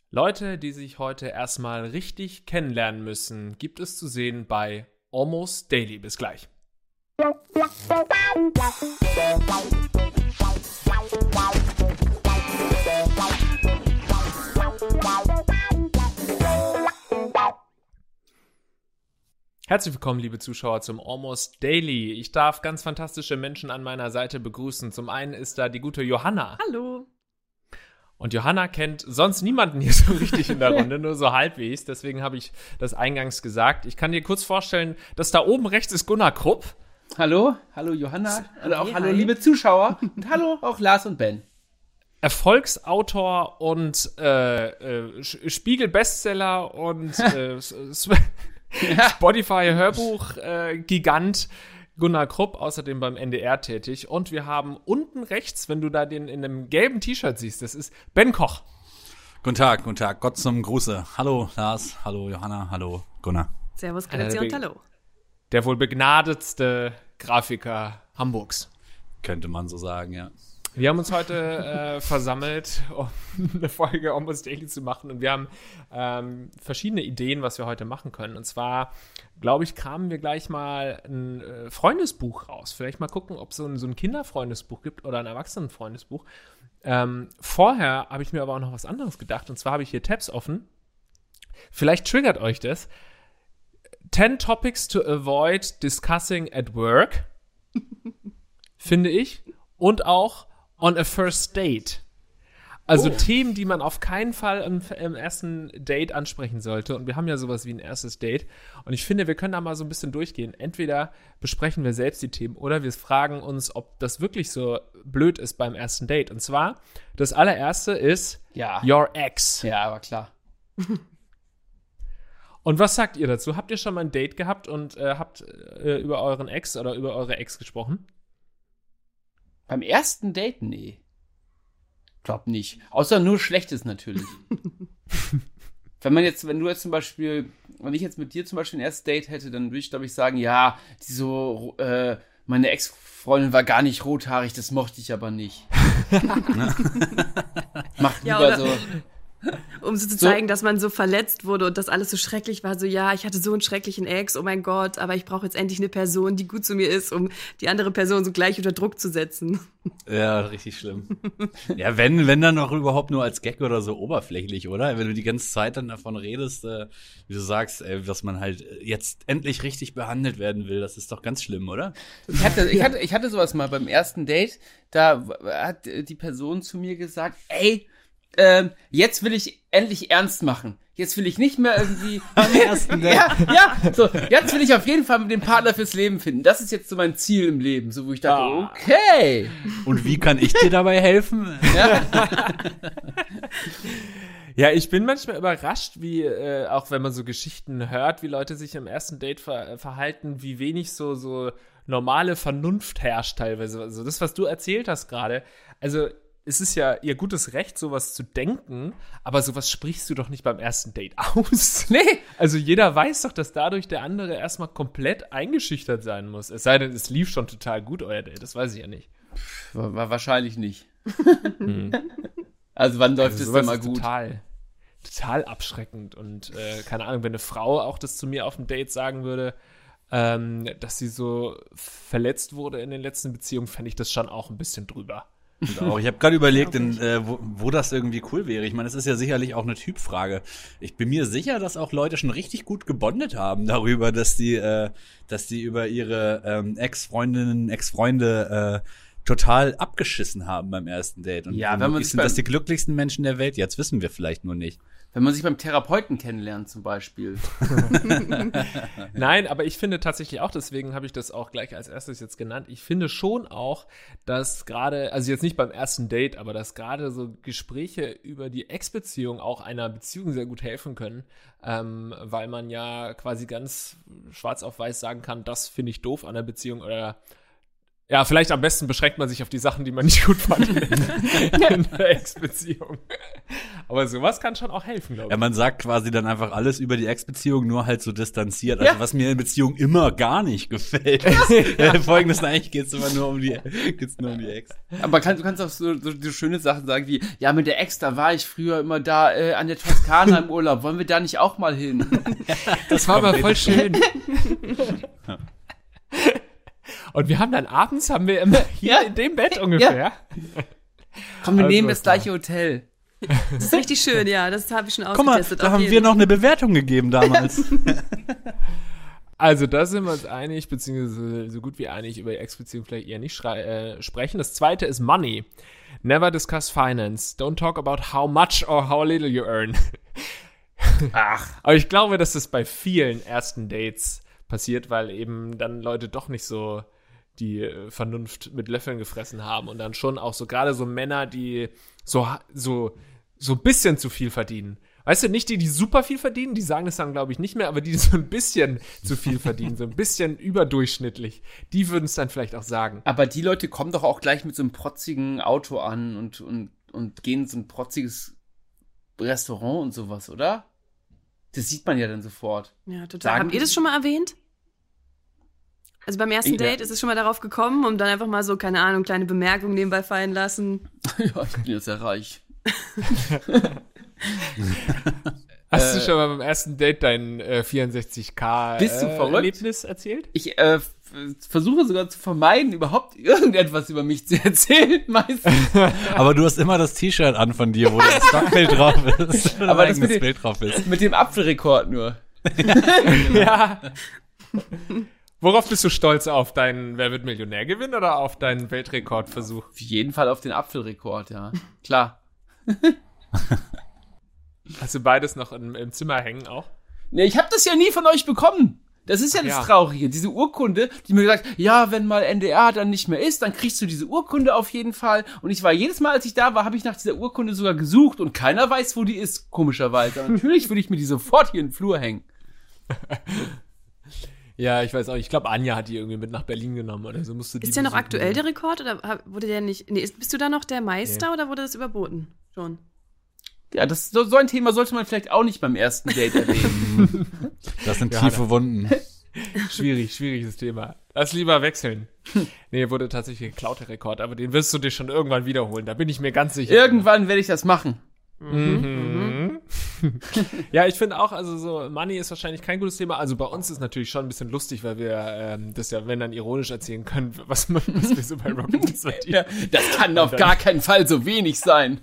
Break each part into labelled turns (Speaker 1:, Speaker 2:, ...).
Speaker 1: Leute, die sich heute erstmal richtig kennenlernen müssen, gibt es zu sehen bei Almost Daily. Bis gleich. Herzlich willkommen, liebe Zuschauer, zum Almost Daily. Ich darf ganz fantastische Menschen an meiner Seite begrüßen. Zum einen ist da die gute Johanna.
Speaker 2: Hallo.
Speaker 1: Und Johanna kennt sonst niemanden hier so richtig in der Runde, nur so halbwegs. Deswegen habe ich das eingangs gesagt. Ich kann dir kurz vorstellen, dass da oben rechts ist Gunnar Krupp.
Speaker 3: Hallo Johanna. Und auch hallo, liebe Zuschauer. Und hallo auch Lars und Ben.
Speaker 1: Erfolgsautor und Spiegel-Bestseller und Spotify-Hörbuch-Gigant Gunnar Krupp, außerdem beim NDR tätig. Und wir haben unten rechts, wenn du da den in einem gelben T-Shirt siehst, das ist Ben Koch.
Speaker 4: Guten Tag, Gott zum Gruße. Hallo Lars, hallo Johanna, hallo Gunnar.
Speaker 2: Servus, Grüezi und hallo.
Speaker 1: Der wohl begnadetste Grafiker Hamburgs.
Speaker 4: Könnte man so sagen, ja.
Speaker 1: Wir haben uns heute versammelt, um eine Folge Almost Daily zu machen. Und wir haben verschiedene Ideen, was wir heute machen können. Und zwar, glaube ich, kramen wir gleich mal ein Freundesbuch raus. Vielleicht mal gucken, ob es so ein Kinderfreundesbuch gibt oder ein Erwachsenenfreundesbuch. Vorher habe ich mir aber auch noch was anderes gedacht. Und zwar habe ich hier Tabs offen. Vielleicht triggert euch das. 10 Topics to avoid discussing at work. Finde ich. Und auch on a first date. Also Themen, die man auf keinen Fall im ersten Date ansprechen sollte. Und wir haben ja sowas wie ein erstes Date. Und ich finde, wir können da mal so ein bisschen durchgehen. Entweder besprechen wir selbst die Themen oder wir fragen uns, ob das wirklich so blöd ist beim ersten Date. Und zwar, das allererste ist Your Ex.
Speaker 3: Ja, aber klar.
Speaker 1: Und was sagt ihr dazu? Habt ihr schon mal ein Date gehabt und habt über euren Ex oder über eure Ex gesprochen?
Speaker 3: Beim ersten Date? Nee. Glaub nicht. Außer nur Schlechtes natürlich. Wenn ich jetzt mit dir zum Beispiel ein erstes Date hätte, dann würde ich, glaube ich, sagen, ja, meine Ex-Freundin war gar nicht rothaarig, das mochte ich aber nicht. Macht lieber so.
Speaker 2: Um so zu zeigen, dass man so verletzt wurde und das alles so schrecklich war, so ja, ich hatte so einen schrecklichen Ex, oh mein Gott, aber ich brauche jetzt endlich eine Person, die gut zu mir ist, um die andere Person so gleich unter Druck zu setzen.
Speaker 4: Ja, richtig schlimm. Ja, wenn dann noch überhaupt nur als Gag oder so oberflächlich, oder? Wenn du die ganze Zeit dann davon redest, wie du sagst, dass man halt jetzt endlich richtig behandelt werden will, das ist doch ganz schlimm, oder?
Speaker 3: Ich hatte sowas mal beim ersten Date, da hat die Person zu mir gesagt, ey, jetzt will ich endlich ernst machen. Jetzt will ich nicht mehr irgendwie
Speaker 4: am ersten Date.
Speaker 3: Jetzt will ich auf jeden Fall den Partner fürs Leben finden. Das ist jetzt so mein Ziel im Leben, so wo ich dachte, okay.
Speaker 4: Und wie kann ich dir dabei helfen?
Speaker 1: Ja, ich bin manchmal überrascht, wie, auch wenn man so Geschichten hört, wie Leute sich im ersten Date verhalten, wie wenig so normale Vernunft herrscht teilweise. Also das, was du erzählt hast gerade, also es ist ja ihr gutes Recht, sowas zu denken, aber sowas sprichst du doch nicht beim ersten Date aus.
Speaker 3: Nee.
Speaker 1: Also jeder weiß doch, dass dadurch der andere erstmal komplett eingeschüchtert sein muss. Es sei denn, es lief schon total gut, euer Date. Das weiß ich ja nicht.
Speaker 3: War wahrscheinlich nicht. Also wann läuft es denn mal gut?
Speaker 1: Total abschreckend. Und keine Ahnung, wenn eine Frau auch das zu mir auf dem Date sagen würde, dass sie so verletzt wurde in den letzten Beziehungen, fände ich das schon auch ein bisschen drüber.
Speaker 4: Und auch, ich habe gerade überlegt, wo das irgendwie cool wäre. Ich meine, es ist ja sicherlich auch eine Typfrage. Ich bin mir sicher, dass auch Leute schon richtig gut gebondet haben darüber, dass die über ihre Ex-Freundinnen, Ex-Freunde total abgeschissen haben beim ersten Date. Und
Speaker 3: ja, wenn man
Speaker 4: sind das die glücklichsten Menschen der Welt? Jetzt wissen wir vielleicht nur nicht.
Speaker 3: Wenn man sich beim Therapeuten kennenlernt zum Beispiel.
Speaker 1: Nein, aber ich finde tatsächlich auch, deswegen habe ich das auch gleich als erstes jetzt genannt, ich finde schon auch, dass gerade, also jetzt nicht beim ersten Date, aber dass gerade so Gespräche über die Ex-Beziehung auch einer Beziehung sehr gut helfen können, weil man ja quasi ganz schwarz auf weiß sagen kann, das finde ich doof an der Beziehung oder ja, vielleicht am besten beschränkt man sich auf die Sachen, die man nicht gut fand in der Ex-Beziehung. Aber sowas kann schon auch helfen, glaube ich.
Speaker 4: Ja, man sagt quasi dann einfach alles über die Ex-Beziehung, nur halt so distanziert. Also was mir in Beziehung immer gar nicht gefällt. Folgendes, eigentlich geht's nur um die Ex.
Speaker 3: Aber du kannst auch so schöne Sachen sagen wie, ja, mit der Ex, da war ich früher immer da an der Toskana im Urlaub. Wollen wir da nicht auch mal hin?
Speaker 1: Das war aber voll schön. Und wir haben dann abends, immer hier in dem Bett ungefähr.
Speaker 3: Ja. Komm, wir nehmen das gleiche Hotel.
Speaker 2: Das ist richtig schön, ja. Das habe ich schon
Speaker 4: Guck mal,
Speaker 2: ausgetestet.
Speaker 4: da haben wir noch eine Bewertung gegeben damals.
Speaker 1: Also da sind wir uns einig, beziehungsweise so gut wie einig, über die Ex-Beziehung vielleicht eher nicht sprechen. Das zweite ist Money. Never discuss finance. Don't talk about how much or how little you earn.
Speaker 3: Ach.
Speaker 1: Aber ich glaube, dass das bei vielen ersten Dates passiert, weil eben dann Leute doch nicht so die Vernunft mit Löffeln gefressen haben und dann schon auch so gerade so Männer, die so ein bisschen zu viel verdienen. Weißt du, nicht die super viel verdienen, die sagen das dann, glaube ich, nicht mehr, aber die so ein bisschen zu viel verdienen, so ein bisschen überdurchschnittlich, die würden es dann vielleicht auch sagen.
Speaker 3: Aber die Leute kommen doch auch gleich mit so einem protzigen Auto an und gehen in so ein protziges Restaurant und sowas, oder? Das sieht man ja dann sofort.
Speaker 2: Ja, total. Habt ihr das schon mal erwähnt? Also beim ersten Date ist es schon mal darauf gekommen, um dann einfach mal so, keine Ahnung, kleine Bemerkungen nebenbei fallen lassen.
Speaker 3: Ja, ich bin jetzt sehr reich.
Speaker 1: Hast du schon mal beim ersten Date dein 64K Erlebnis erzählt?
Speaker 3: Ich versuche sogar zu vermeiden, überhaupt irgendetwas über mich zu erzählen, meistens.
Speaker 4: Aber du hast immer das T-Shirt an von dir, wo das Stockbild drauf ist.
Speaker 3: Aber das Bild drauf ist. Mit dem Apfelrekord nur.
Speaker 1: Ja. Worauf bist du stolz? Auf deinen Wer wird Millionär-Gewinn oder auf deinen Weltrekordversuch?
Speaker 3: Auf jeden Fall auf den Apfelrekord, ja. Klar.
Speaker 1: Hast du beides noch im Zimmer hängen auch?
Speaker 3: Ne, ich habe das ja nie von euch bekommen. Das ist ja das Traurige. Diese Urkunde, die mir gesagt, ja, wenn mal NDR dann nicht mehr ist, dann kriegst du diese Urkunde auf jeden Fall. Und ich war jedes Mal, als ich da war, habe ich nach dieser Urkunde sogar gesucht und keiner weiß, wo die ist, komischerweise. Aber natürlich würde ich mir die sofort hier in den Flur hängen.
Speaker 1: Ja, ich weiß auch. Ich glaube, Anja hat die irgendwie mit nach Berlin genommen oder so.
Speaker 2: Ist der noch aktuell, der Rekord? Oder wurde der nicht? Nee, bist du da noch der Meister oder wurde das überboten? Schon.
Speaker 3: Ja, so ein Thema sollte man vielleicht auch nicht beim ersten Date erwähnen.
Speaker 4: Das sind tiefe Wunden.
Speaker 1: Schwieriges Thema. Lass lieber wechseln. Nee, wurde tatsächlich geklaut, der Rekord. Aber den wirst du dir schon irgendwann wiederholen. Da bin ich mir ganz sicher.
Speaker 3: Irgendwann werde ich das machen.
Speaker 1: Ja, ich finde auch, also so Money ist wahrscheinlich kein gutes Thema. Also bei uns ist natürlich schon ein bisschen lustig, weil wir das ja, wenn dann ironisch erzählen können, was wir so bei Rocket Beans verdienen.
Speaker 3: Ja, das kann auf gar keinen Fall so wenig sein.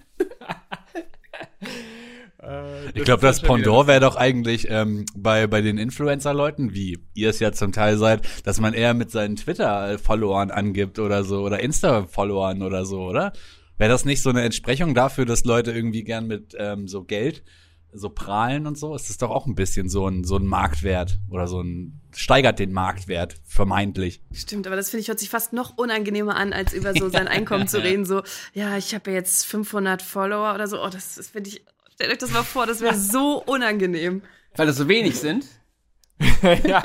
Speaker 4: Ich glaube, das Pendant wäre doch eigentlich bei den Influencer-Leuten, wie ihr es ja zum Teil seid, dass man eher mit seinen Twitter-Followern angibt oder so, oder Insta-Followern oder so, oder? Wäre das nicht so eine Entsprechung dafür, dass Leute irgendwie gern mit so Geld so prahlen und so? Ist das doch auch ein bisschen so ein Marktwert oder steigert den Marktwert, vermeintlich.
Speaker 2: Stimmt, aber das finde ich hört sich fast noch unangenehmer an, als über so sein Einkommen zu reden. So, ja, ich habe ja jetzt 500 Follower oder so. Oh, das finde ich, stellt euch das mal vor, das wäre so unangenehm.
Speaker 3: Weil das so wenig sind?
Speaker 1: Ja.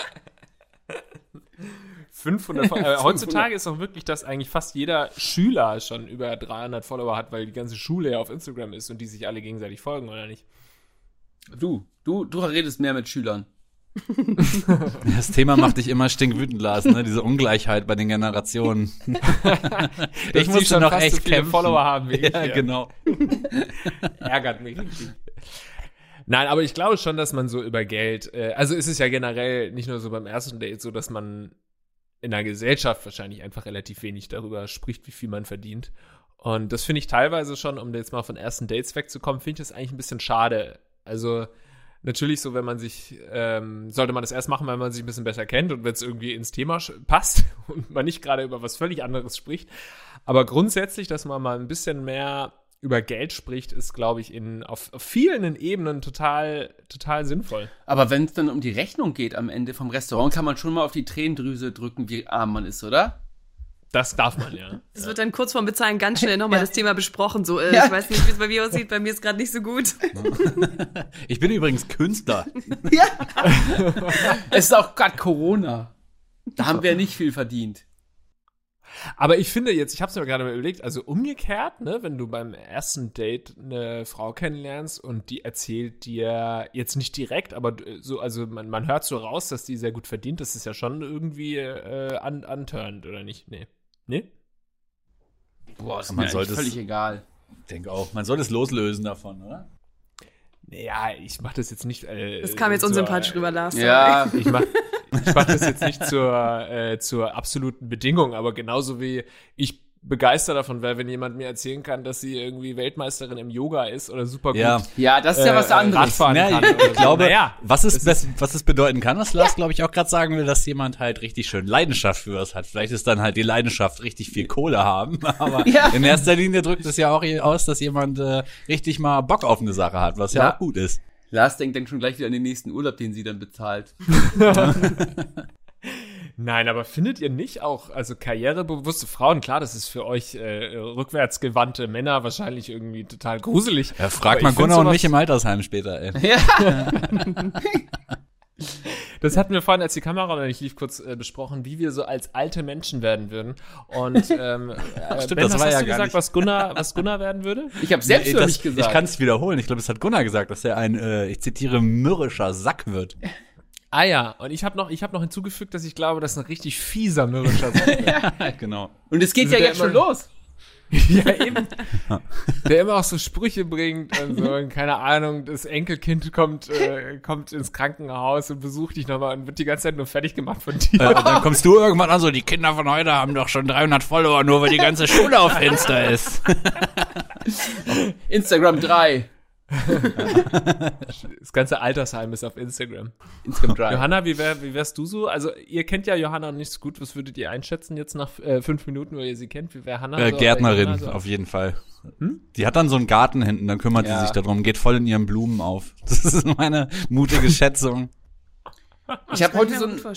Speaker 1: 500 heutzutage ist auch wirklich, dass eigentlich fast jeder Schüler schon über 300 Follower hat, weil die ganze Schule ja auf Instagram ist und die sich alle gegenseitig folgen, oder nicht?
Speaker 3: Du redest mehr mit Schülern.
Speaker 4: Das Thema macht dich immer stinkwütend, Lars, ne? Diese Ungleichheit bei den Generationen.
Speaker 1: Ich muss schon noch echt so viele Follower haben wie ich.
Speaker 4: Ja, genau.
Speaker 1: Ärgert mich richtig. Nein, aber ich glaube schon, dass man so über Geld, also ist es ja generell nicht nur so beim ersten Date so, dass man in der Gesellschaft wahrscheinlich einfach relativ wenig darüber spricht, wie viel man verdient. Und das finde ich teilweise schon, um jetzt mal von ersten Dates wegzukommen, finde ich das eigentlich ein bisschen schade. Also natürlich so, wenn man sich, sollte man das erst machen, wenn man sich ein bisschen besser kennt und wenn es irgendwie ins Thema passt und man nicht gerade über was völlig anderes spricht. Aber grundsätzlich, dass man mal ein bisschen mehr über Geld spricht, ist, glaube ich, auf vielen Ebenen total sinnvoll.
Speaker 3: Aber wenn es dann um die Rechnung geht am Ende vom Restaurant, kann man schon mal auf die Tränendrüse drücken, wie arm man ist, oder?
Speaker 1: Das darf man, ja.
Speaker 2: Das wird dann kurz vorm Bezahlen ganz schnell nochmal das Thema besprochen. So, ich weiß nicht, wie es bei mir aussieht, bei mir ist gerade nicht so gut.
Speaker 4: Ich bin übrigens Künstler.
Speaker 3: Ja. Es ist auch gerade Corona. Da haben wir nicht viel verdient.
Speaker 1: Aber ich finde jetzt, ich habe es mir gerade mal überlegt, also umgekehrt, ne, wenn du beim ersten Date eine Frau kennenlernst und die erzählt dir jetzt nicht direkt, aber so, also man hört so raus, dass die sehr gut verdient, das ist ja schon irgendwie antörend, oder nicht? Nee?
Speaker 3: Boah, ist mir eigentlich völlig egal.
Speaker 4: Ich denke auch, man soll es loslösen davon, oder?
Speaker 1: Ja, ich mache das jetzt nicht.
Speaker 2: Das kam jetzt unsympathisch rüber, Lars.
Speaker 3: Ja,
Speaker 1: Ich mach das jetzt nicht zur absoluten Bedingung, aber genauso wie ich begeistert davon wäre, wenn jemand mir erzählen kann, dass sie irgendwie Weltmeisterin im Yoga ist oder super gut
Speaker 3: ja, das ist ja was anderes.
Speaker 1: Radfahren kann.
Speaker 4: Ich glaube,
Speaker 1: naja,
Speaker 4: was es bedeuten kann, was Lars, glaube ich, auch gerade sagen will, dass jemand halt richtig schön Leidenschaft für was hat. Vielleicht ist dann halt die Leidenschaft richtig viel Kohle haben, aber in erster Linie drückt es ja auch aus, dass jemand richtig mal Bock auf eine Sache hat, was ja auch gut ist.
Speaker 3: Lars denkt dann schon gleich wieder an den nächsten Urlaub, den sie dann bezahlt.
Speaker 1: Nein, aber findet ihr nicht auch, also karrierebewusste Frauen, klar, das ist für euch rückwärtsgewandte Männer wahrscheinlich irgendwie total gruselig.
Speaker 4: Ja, frag mal Gunnar und mich im Altersheim später, ey.
Speaker 3: Ja.
Speaker 1: Das hatten wir vorhin, als die Kamera noch nicht lief, kurz besprochen, wie wir so als alte Menschen werden würden. Und
Speaker 4: Stimmt,
Speaker 1: Ben,
Speaker 4: das
Speaker 1: was
Speaker 4: war
Speaker 1: hast
Speaker 4: ja
Speaker 1: du
Speaker 4: gar
Speaker 1: gesagt, was Gunnar werden würde?
Speaker 3: Ich habe selbst für mich gesagt.
Speaker 4: Ich kann es wiederholen. Ich glaube, es hat Gunnar gesagt, dass er ein, ich zitiere, mürrischer Sack wird.
Speaker 1: Ah ja, und ich hab noch hinzugefügt, dass ich glaube, dass ein richtig fieser mürrischer Sack wird.
Speaker 4: Ja, genau.
Speaker 3: Und es geht
Speaker 1: Also
Speaker 3: ja jetzt schon los.
Speaker 1: Ja, eben. Der immer auch so Sprüche bringt und so, und keine Ahnung, das Enkelkind kommt ins Krankenhaus und besucht dich nochmal und wird die ganze Zeit nur fertig gemacht von dir.
Speaker 4: Dann kommst du irgendwann an, so, die Kinder von heute haben doch schon 300 Follower, nur weil die ganze Schule auf Insta ist.
Speaker 3: Instagram 3.
Speaker 1: Das ganze Altersheim ist auf Instagram.
Speaker 3: Instagram 3.
Speaker 1: Johanna, wie wärst du so? Also, ihr kennt ja Johanna nicht so gut. Was würdet ihr einschätzen jetzt nach 5 Minuten, wo ihr sie kennt? Wie wäre Hanna so?
Speaker 4: Gärtnerin,
Speaker 1: So?
Speaker 4: auf jeden Fall. Die hat dann so einen Garten hinten, dann kümmert sie sich darum, geht voll in ihren Blumen auf. Das ist meine mutige Schätzung.
Speaker 3: Ich habe heute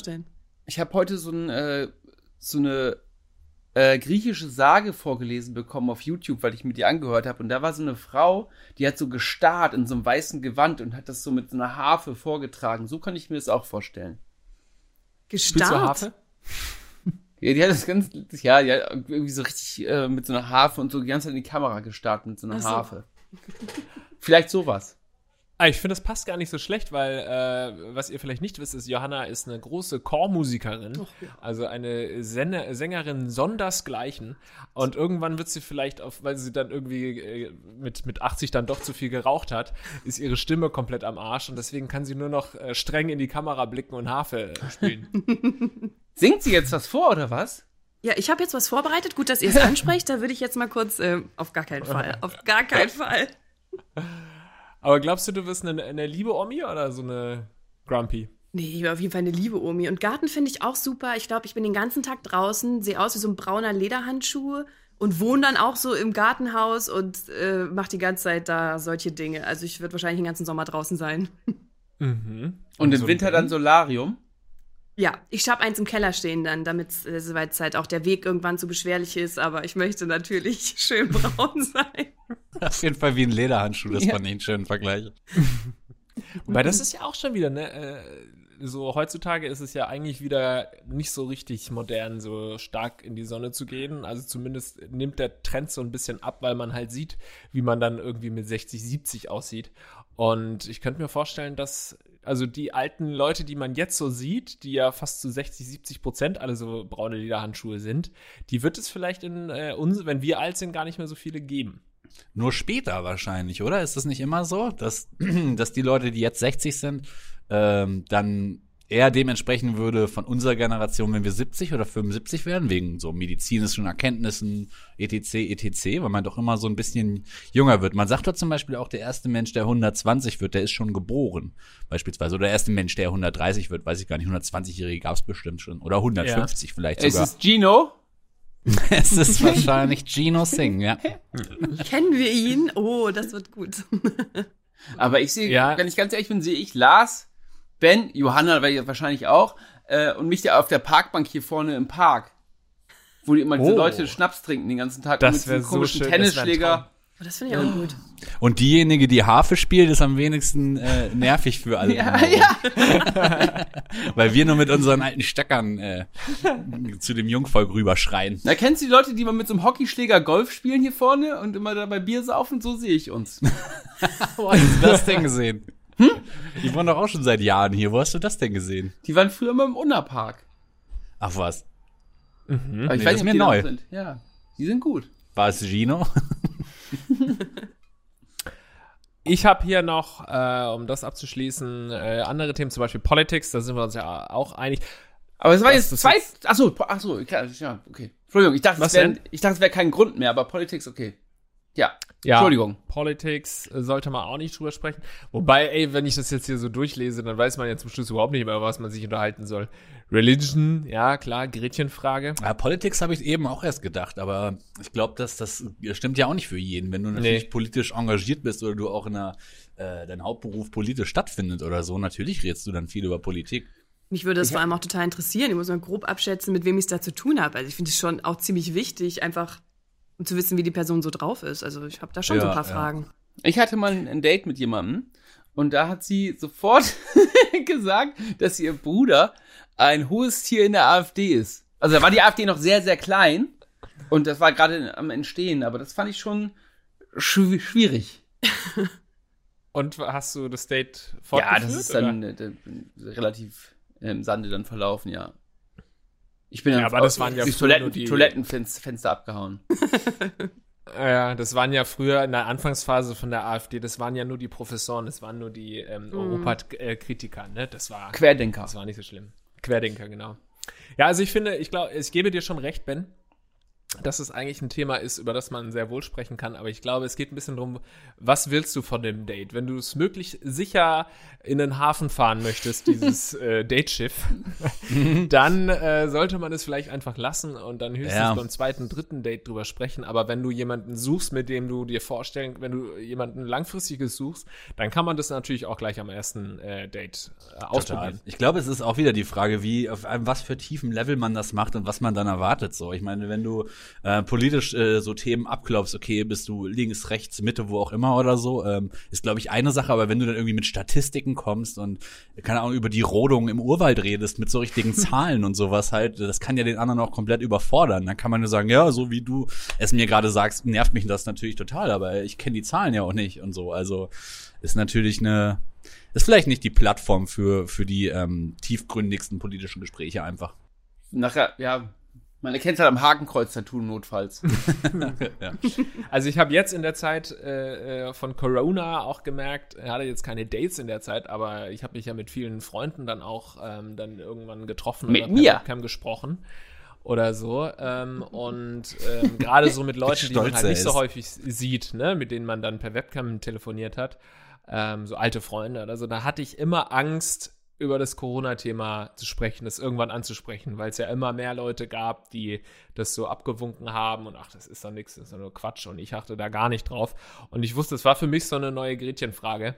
Speaker 3: so eine griechische Sage vorgelesen bekommen auf YouTube, weil ich mir die angehört habe. Und da war so eine Frau, die hat so gestarrt in so einem weißen Gewand und hat das so mit so einer Harfe vorgetragen. So kann ich mir das auch vorstellen.
Speaker 2: Gestarrt?
Speaker 1: Harfe?
Speaker 3: Ja, die hat das ganz, die hat irgendwie so richtig mit so einer Harfe und so die ganze Zeit in die Kamera gestarrt mit so einer Harfe. Vielleicht sowas.
Speaker 1: Ich finde, das passt gar nicht so schlecht, weil, was ihr vielleicht nicht wisst, ist, Johanna ist eine große Chormusikerin, also eine Sängerin sondersgleichen. Und irgendwann wird sie vielleicht, weil sie dann irgendwie mit 80 dann doch zu viel geraucht hat, ist ihre Stimme komplett am Arsch und deswegen kann sie nur noch streng in die Kamera blicken und Harfe spielen.
Speaker 3: Singt sie jetzt was vor, oder was?
Speaker 2: Ja, ich habe jetzt was vorbereitet. Gut, dass ihr es ansprecht. Da würde ich jetzt mal kurz, auf gar keinen Fall. Auf gar keinen Fall.
Speaker 1: Aber glaubst du wirst eine liebe Omi oder so eine Grumpy?
Speaker 2: Nee, auf jeden Fall eine liebe Omi. Und Garten finde ich auch super. Ich glaube, ich bin den ganzen Tag draußen, sehe aus wie so ein brauner Lederhandschuh und wohne dann auch so im Gartenhaus und mache die ganze Zeit da solche Dinge. Also ich würde wahrscheinlich den ganzen Sommer draußen sein.
Speaker 1: Mhm.
Speaker 3: Und im Winter dann Solarium?
Speaker 2: Ja, ich habe eins im Keller stehen dann, damit soweit halt auch der Weg irgendwann zu beschwerlich ist. Aber ich möchte natürlich schön braun sein.
Speaker 4: Auf jeden Fall wie ein Lederhandschuh, das fand ich einen schönen Vergleich.
Speaker 1: Wobei das ist ja auch schon wieder, ne? So heutzutage ist es ja eigentlich wieder nicht so richtig modern, so stark in die Sonne zu gehen. Also zumindest nimmt der Trend so ein bisschen ab, weil man halt sieht, wie man dann irgendwie mit 60, 70 aussieht. Und ich könnte mir vorstellen, dass also die alten Leute, die man jetzt so sieht, die ja fast zu 60-70% alle so braune Lederhandschuhe sind, die wird es vielleicht wenn wir alt sind, gar nicht mehr so viele geben.
Speaker 4: Nur später wahrscheinlich, oder? Ist das nicht immer so, dass die Leute, die jetzt 60 sind, dann eher dementsprechend würde von unserer Generation, wenn wir 70 oder 75 werden, wegen so medizinischen Erkenntnissen, etc., weil man doch immer so ein bisschen jünger wird. Man sagt doch zum Beispiel auch, der erste Mensch, der 120 wird, der ist schon geboren, beispielsweise. Oder der erste Mensch, der 130 wird, weiß ich gar nicht, 120-Jährige gab es bestimmt schon. Oder 150 vielleicht sogar.
Speaker 3: Es ist Gino.
Speaker 4: Es ist wahrscheinlich Gino Singh, ja.
Speaker 2: Kennen wir ihn? Oh, das wird gut.
Speaker 3: Aber ich sehe, wenn ich ganz ehrlich bin, sehe ich Lars, Ben, Johanna wahrscheinlich auch, und mich da auf der Parkbank hier vorne im Park. Wo die immer diese Leute Schnaps trinken den ganzen Tag
Speaker 1: Das
Speaker 3: mit diesem
Speaker 1: wäre so
Speaker 3: komischen
Speaker 1: schön,
Speaker 3: Tennisschläger.
Speaker 2: Oh, das finde ich auch gut.
Speaker 4: Und diejenige, die Harfe spielt, ist am wenigsten nervig für alle.
Speaker 3: Ja.
Speaker 4: Weil wir nur mit unseren alten Stöckern zu dem Jungvolk rüberschreien.
Speaker 3: Na, kennst du die Leute, die mal mit so einem Hockeyschläger Golf spielen hier vorne und immer dabei Bier saufen? So sehe ich uns.
Speaker 4: Wo hast du das denn gesehen? Die waren doch auch schon seit Jahren hier. Wo hast du das denn gesehen?
Speaker 3: Die waren früher immer im Unna-Park.
Speaker 4: Ach was.
Speaker 3: Aber
Speaker 4: Nee,
Speaker 3: ich
Speaker 4: das
Speaker 3: weiß
Speaker 4: ist
Speaker 3: nicht,
Speaker 4: mir
Speaker 3: ob die
Speaker 4: neu.
Speaker 3: da sind. Ja, die sind gut.
Speaker 4: War es Gino?
Speaker 1: Ich habe hier noch, um das abzuschließen, andere Themen, zum Beispiel Politics, da sind wir uns ja auch einig.
Speaker 3: Aber es war
Speaker 1: Das
Speaker 3: jetzt
Speaker 1: ist
Speaker 3: zwei.
Speaker 1: jetzt-
Speaker 3: Achso, ja, okay. Entschuldigung, ich dachte,
Speaker 1: Was
Speaker 3: es wäre kein Grund mehr, aber Politics, okay. Ja,
Speaker 1: Ja,
Speaker 3: Entschuldigung.
Speaker 1: Politics sollte man auch nicht drüber sprechen. Wobei, ey, wenn ich das jetzt hier so durchlese, dann weiß man ja zum Schluss überhaupt nicht mehr, was man sich unterhalten soll. Religion, ja, klar, Gretchenfrage.
Speaker 4: Ja, Politics habe ich eben auch erst gedacht, aber ich glaube, das stimmt ja auch nicht für jeden. Wenn du natürlich politisch engagiert bist oder du auch dein Hauptberuf politisch stattfindet oder so, natürlich redest du dann viel über Politik.
Speaker 2: Mich würde das vor allem auch total interessieren. Ich muss mal grob abschätzen, mit wem ich es da zu tun habe. Also ich finde es schon auch ziemlich wichtig, einfach um zu wissen, wie die Person so drauf ist. Also ich habe da schon so ein paar Fragen.
Speaker 3: Ich hatte mal ein Date mit jemandem und da hat sie sofort gesagt, dass ihr Bruder ein hohes Tier in der AfD ist. Also da war die AfD noch sehr, sehr klein und das war gerade am Entstehen, aber das fand ich schon schwierig.
Speaker 1: Und hast du das Date
Speaker 3: Ja,
Speaker 1: fortgeführt?
Speaker 3: das ist
Speaker 1: oder?
Speaker 3: dann relativ im Sande dann verlaufen, ja. Ich bin dann
Speaker 1: Ja, aber das waren ja
Speaker 3: die
Speaker 1: früher nur die-
Speaker 3: Toilettenfenster abgehauen.
Speaker 1: Ja, das waren ja früher in der Anfangsphase von der AfD, das waren ja nur die Professoren, das waren nur die Europakritiker, ne? Das war
Speaker 3: Querdenker.
Speaker 1: Das war nicht so schlimm. Querdenker, genau. Ja, also ich glaube, ich gebe dir schon recht, Ben, dass es eigentlich ein Thema ist, über das man sehr wohl sprechen kann, aber ich glaube, es geht ein bisschen darum, was willst du von dem Date? Wenn du es möglichst sicher in den Hafen fahren möchtest, dieses Dateschiff, dann sollte man es vielleicht einfach lassen und dann höchstens beim zweiten, dritten Date drüber sprechen, aber wenn du jemanden suchst, mit dem du dir vorstellen, wenn du jemanden Langfristiges suchst, dann kann man das natürlich auch gleich am ersten Date ausprobieren.
Speaker 4: Ich glaube, es ist auch wieder die Frage, auf was für tiefen Level man das macht und was man dann erwartet. So, ich meine, wenn du politisch so Themen abklopfst, okay, bist du links, rechts, Mitte, wo auch immer oder so, ist, glaube ich, eine Sache, aber wenn du dann irgendwie mit Statistiken kommst und, keine Ahnung, über die Rodung im Urwald redest, mit so richtigen Zahlen und sowas halt, das kann ja den anderen auch komplett überfordern. Dann kann man nur sagen, ja, so wie du es mir gerade sagst, nervt mich das natürlich total, aber ich kenne die Zahlen ja auch nicht und so. Also ist natürlich ist vielleicht nicht die Plattform für die tiefgründigsten politischen Gespräche einfach.
Speaker 3: Nachher, ja, man erkennt es halt am Hakenkreuz-Tattoo notfalls.
Speaker 4: Ja.
Speaker 1: Also ich habe jetzt in der Zeit von Corona auch gemerkt, er hatte jetzt keine Dates in der Zeit, aber ich habe mich ja mit vielen Freunden dann auch dann irgendwann getroffen
Speaker 3: Mit
Speaker 1: oder
Speaker 3: mir?
Speaker 1: per Webcam gesprochen oder so. Und gerade so mit Leuten, die man
Speaker 4: Stolz
Speaker 1: halt nicht so
Speaker 4: ist.
Speaker 1: häufig sieht, ne, mit denen man dann per Webcam telefoniert hat, so alte Freunde oder so, da hatte ich immer Angst, über das Corona-Thema zu sprechen, das irgendwann anzusprechen, weil es ja immer mehr Leute gab, die das so abgewunken haben und ach, das ist doch nichts, das ist doch nur Quatsch und ich achte da gar nicht drauf. Und ich wusste, es war für mich so eine neue Gretchenfrage,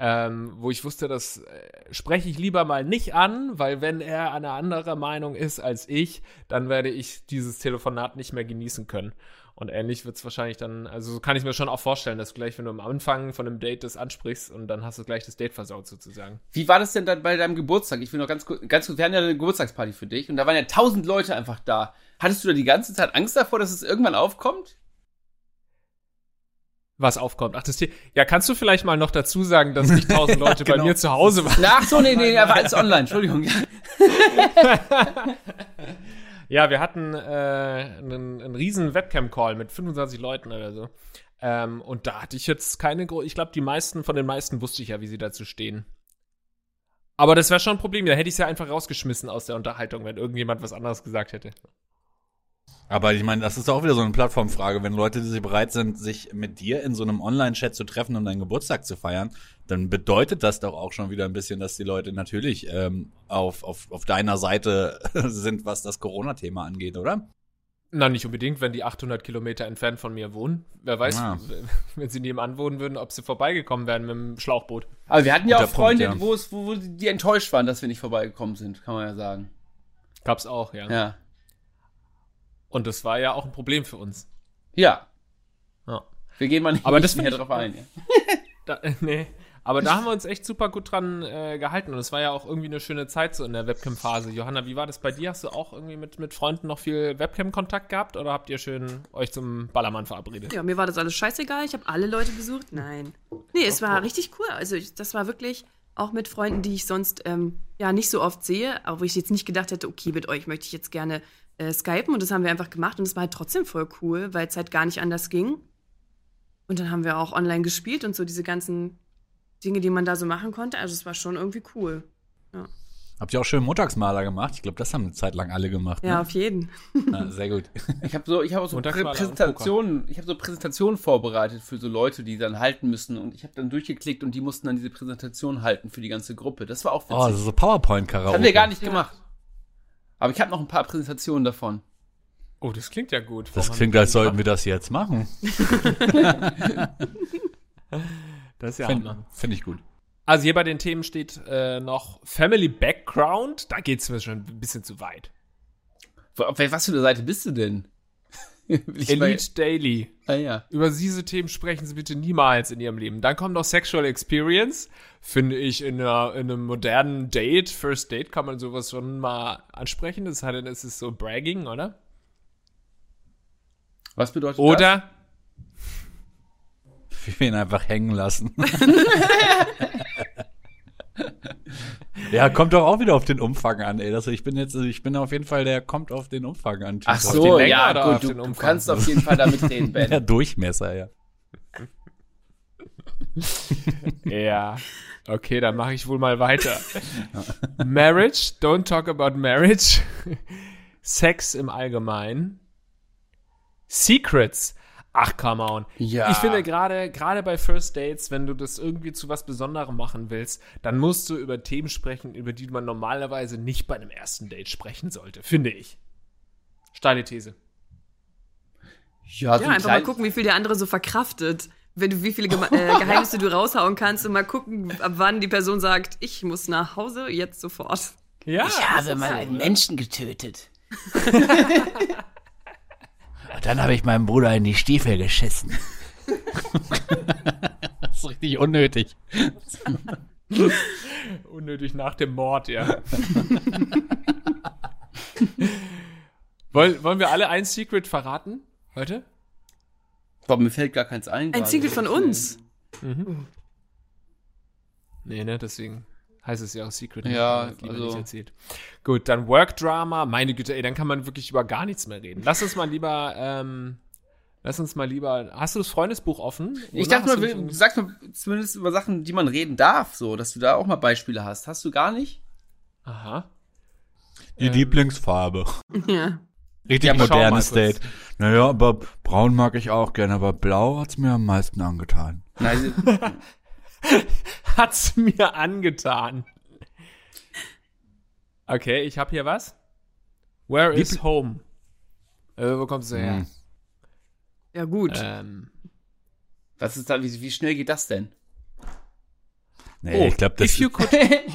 Speaker 1: wo ich wusste, das spreche ich lieber mal nicht an, weil wenn er eine andere Meinung ist als ich, dann werde ich dieses Telefonat nicht mehr genießen können. Und ähnlich wird es wahrscheinlich dann, also so kann ich mir schon auch vorstellen, dass du gleich, wenn du am Anfang von einem Date das ansprichst und dann hast du gleich das Date versaut sozusagen.
Speaker 3: Wie war das denn dann bei deinem Geburtstag? Ich will noch ganz kurz, wir hatten ja eine Geburtstagsparty für dich und da waren ja 1000 Leute einfach da. Hattest du da die ganze Zeit Angst davor, dass es irgendwann aufkommt?
Speaker 1: Was aufkommt. Ach, ja, kannst du vielleicht mal noch dazu sagen, dass nicht 1000 Leute bei mir zu Hause waren?
Speaker 3: Ach so, nee, war alles online, Entschuldigung.
Speaker 1: Ja, wir hatten einen riesen Webcam-Call mit 25 Leuten oder so. Und da hatte ich jetzt ich glaube, von den meisten wusste ich ja, wie sie dazu stehen. Aber das wäre schon ein Problem. Da hätte ich es ja einfach rausgeschmissen aus der Unterhaltung, wenn irgendjemand was anderes gesagt hätte.
Speaker 4: Aber ich meine, das ist auch wieder so eine Plattformfrage. Wenn Leute, die bereit sind, sich mit dir in so einem Online-Chat zu treffen, um deinen Geburtstag zu feiern, dann bedeutet das doch auch schon wieder ein bisschen, dass die Leute natürlich auf deiner Seite sind, was das Corona-Thema angeht, oder?
Speaker 1: Na, nicht unbedingt, wenn die 800 Kilometer entfernt von mir wohnen. Wer weiß,
Speaker 4: Ja.
Speaker 1: wenn sie nebenan wohnen würden, ob sie vorbeigekommen wären mit dem Schlauchboot.
Speaker 3: Aber wir hatten ja
Speaker 4: Guter
Speaker 3: auch Freunde,
Speaker 4: Punkt, ja.
Speaker 3: wo die enttäuscht waren, dass wir nicht vorbeigekommen sind, kann man ja sagen.
Speaker 1: Gab's auch, ja.
Speaker 3: Ja.
Speaker 1: Und das war ja auch ein Problem für uns.
Speaker 3: Ja.
Speaker 1: Ja.
Speaker 3: Wir gehen mal nicht
Speaker 1: Aber das
Speaker 3: mehr
Speaker 1: find ich-
Speaker 3: drauf ein. Ja.
Speaker 1: Nee. Aber da haben wir uns echt super gut dran gehalten. Und es war ja auch irgendwie eine schöne Zeit so in der Webcam-Phase. Johanna, wie war das bei dir? Hast du auch irgendwie mit Freunden noch viel Webcam-Kontakt gehabt? Oder habt ihr schön euch zum Ballermann verabredet?
Speaker 2: Ja, mir war das alles scheißegal. Ich habe alle Leute besucht. Nein. Nee, es war richtig cool. Also das war wirklich auch mit Freunden, die ich sonst nicht so oft sehe. Aber wo ich jetzt nicht gedacht hätte, okay, mit euch möchte ich jetzt gerne skypen. Und das haben wir einfach gemacht. Und es war halt trotzdem voll cool, weil es halt gar nicht anders ging. Und dann haben wir auch online gespielt und so diese ganzen Dinge, die man da so machen konnte. Also es war schon irgendwie cool.
Speaker 4: Habt ihr auch schön Montagsmaler gemacht? Ich glaube, das haben eine Zeit lang alle gemacht.
Speaker 2: Ja,
Speaker 4: Ne?
Speaker 2: auf jeden.
Speaker 4: Sehr gut.
Speaker 3: Ich habe auch so
Speaker 1: Montagsmaler
Speaker 3: Präsentationen vorbereitet für so Leute, die dann halten müssen. Und ich habe dann durchgeklickt und die mussten dann diese Präsentation halten für die ganze Gruppe. Das war auch witzig.
Speaker 4: Oh, so PowerPoint-Karaoke.
Speaker 3: Das haben wir gar nicht gemacht. Aber ich habe noch ein paar Präsentationen davon.
Speaker 1: Oh, das klingt ja gut.
Speaker 4: Das
Speaker 1: Warum
Speaker 4: klingt,
Speaker 1: haben
Speaker 4: als sollten wir das jetzt machen.
Speaker 1: Das ist ja
Speaker 4: Finde
Speaker 1: Hammer.
Speaker 4: ich gut.
Speaker 1: Also hier bei den Themen steht noch Family Background. Da geht es mir schon ein bisschen zu weit.
Speaker 3: Auf was für eine Seite bist du denn?
Speaker 1: Elite Daily.
Speaker 3: Ja.
Speaker 1: Über diese Themen sprechen Sie bitte niemals in Ihrem Leben. Dann kommt noch Sexual Experience. Finde ich in einem modernen Date, First Date, kann man sowas schon mal ansprechen. Das heißt, es ist so Bragging, oder?
Speaker 3: Was bedeutet
Speaker 1: Oder
Speaker 4: Ich will ihn einfach hängen lassen. Ja, kommt doch auch wieder auf den Umfang an, ey. Ich bin auf jeden Fall, der kommt auf den Umfang an.
Speaker 3: Ach
Speaker 1: Auf
Speaker 3: so,
Speaker 1: die Länge
Speaker 3: ja,
Speaker 1: oder
Speaker 3: gut,
Speaker 1: auf den
Speaker 3: du
Speaker 1: Umfang?
Speaker 3: kannst auf jeden Fall damit reden, Ben.
Speaker 4: Der Durchmesser, ja.
Speaker 1: Ja. Okay, dann mache ich wohl mal weiter. Marriage, don't talk about marriage. Sex im Allgemeinen. Secrets. Ach, come on.
Speaker 3: Ja.
Speaker 1: Ich finde gerade bei First Dates, wenn du das irgendwie zu was Besonderem machen willst, dann musst du über Themen sprechen, über die man normalerweise nicht bei einem ersten Date sprechen sollte, finde ich. Steile These.
Speaker 3: Ja,
Speaker 2: Ja, einfach mal gucken, wie viel der andere so verkraftet. Wie viele Geheimnisse du raushauen kannst und mal gucken, ab wann die Person sagt, ich muss nach Hause, jetzt sofort.
Speaker 1: Ja,
Speaker 3: Ich habe mal einen Menschen getötet.
Speaker 4: Dann habe ich meinem Bruder in die Stiefel geschissen. Das ist richtig unnötig.
Speaker 1: unnötig nach dem Mord, ja. Wollen wir alle ein Secret verraten heute?
Speaker 3: Boah, mir fällt gar keins ein.
Speaker 2: Ein
Speaker 3: gerade.
Speaker 2: Secret von uns.
Speaker 1: Nee, ne, deswegen heißt es ja auch Secret.
Speaker 3: Ja,
Speaker 1: lieber
Speaker 3: also-
Speaker 1: nicht erzählt. Gut, dann Work Drama. Meine Güte, ey, dann kann man wirklich über gar nichts mehr reden. Lass uns mal lieber, hast du das Freundesbuch offen?
Speaker 3: Ich
Speaker 1: Oder
Speaker 3: dachte
Speaker 1: hast
Speaker 3: mal,
Speaker 1: du nicht
Speaker 3: du sagst mal zumindest über Sachen, die man reden darf, so, dass du da auch mal Beispiele hast. Hast du gar nicht?
Speaker 1: Aha.
Speaker 4: Die Lieblingsfarbe.
Speaker 2: Ja.
Speaker 4: Richtig
Speaker 1: Ja, aber schau mal
Speaker 4: modernes
Speaker 1: kurz.
Speaker 4: Date. Naja, aber braun mag ich auch gerne, aber blau hat's mir am meisten angetan.
Speaker 3: Nein,
Speaker 1: Hat's mir angetan. Okay, ich habe hier was. Where is home? Wo kommst du her?
Speaker 2: Ja, gut.
Speaker 3: was ist da, wie schnell geht das denn?
Speaker 4: Nee, ich glaube, das
Speaker 1: if you could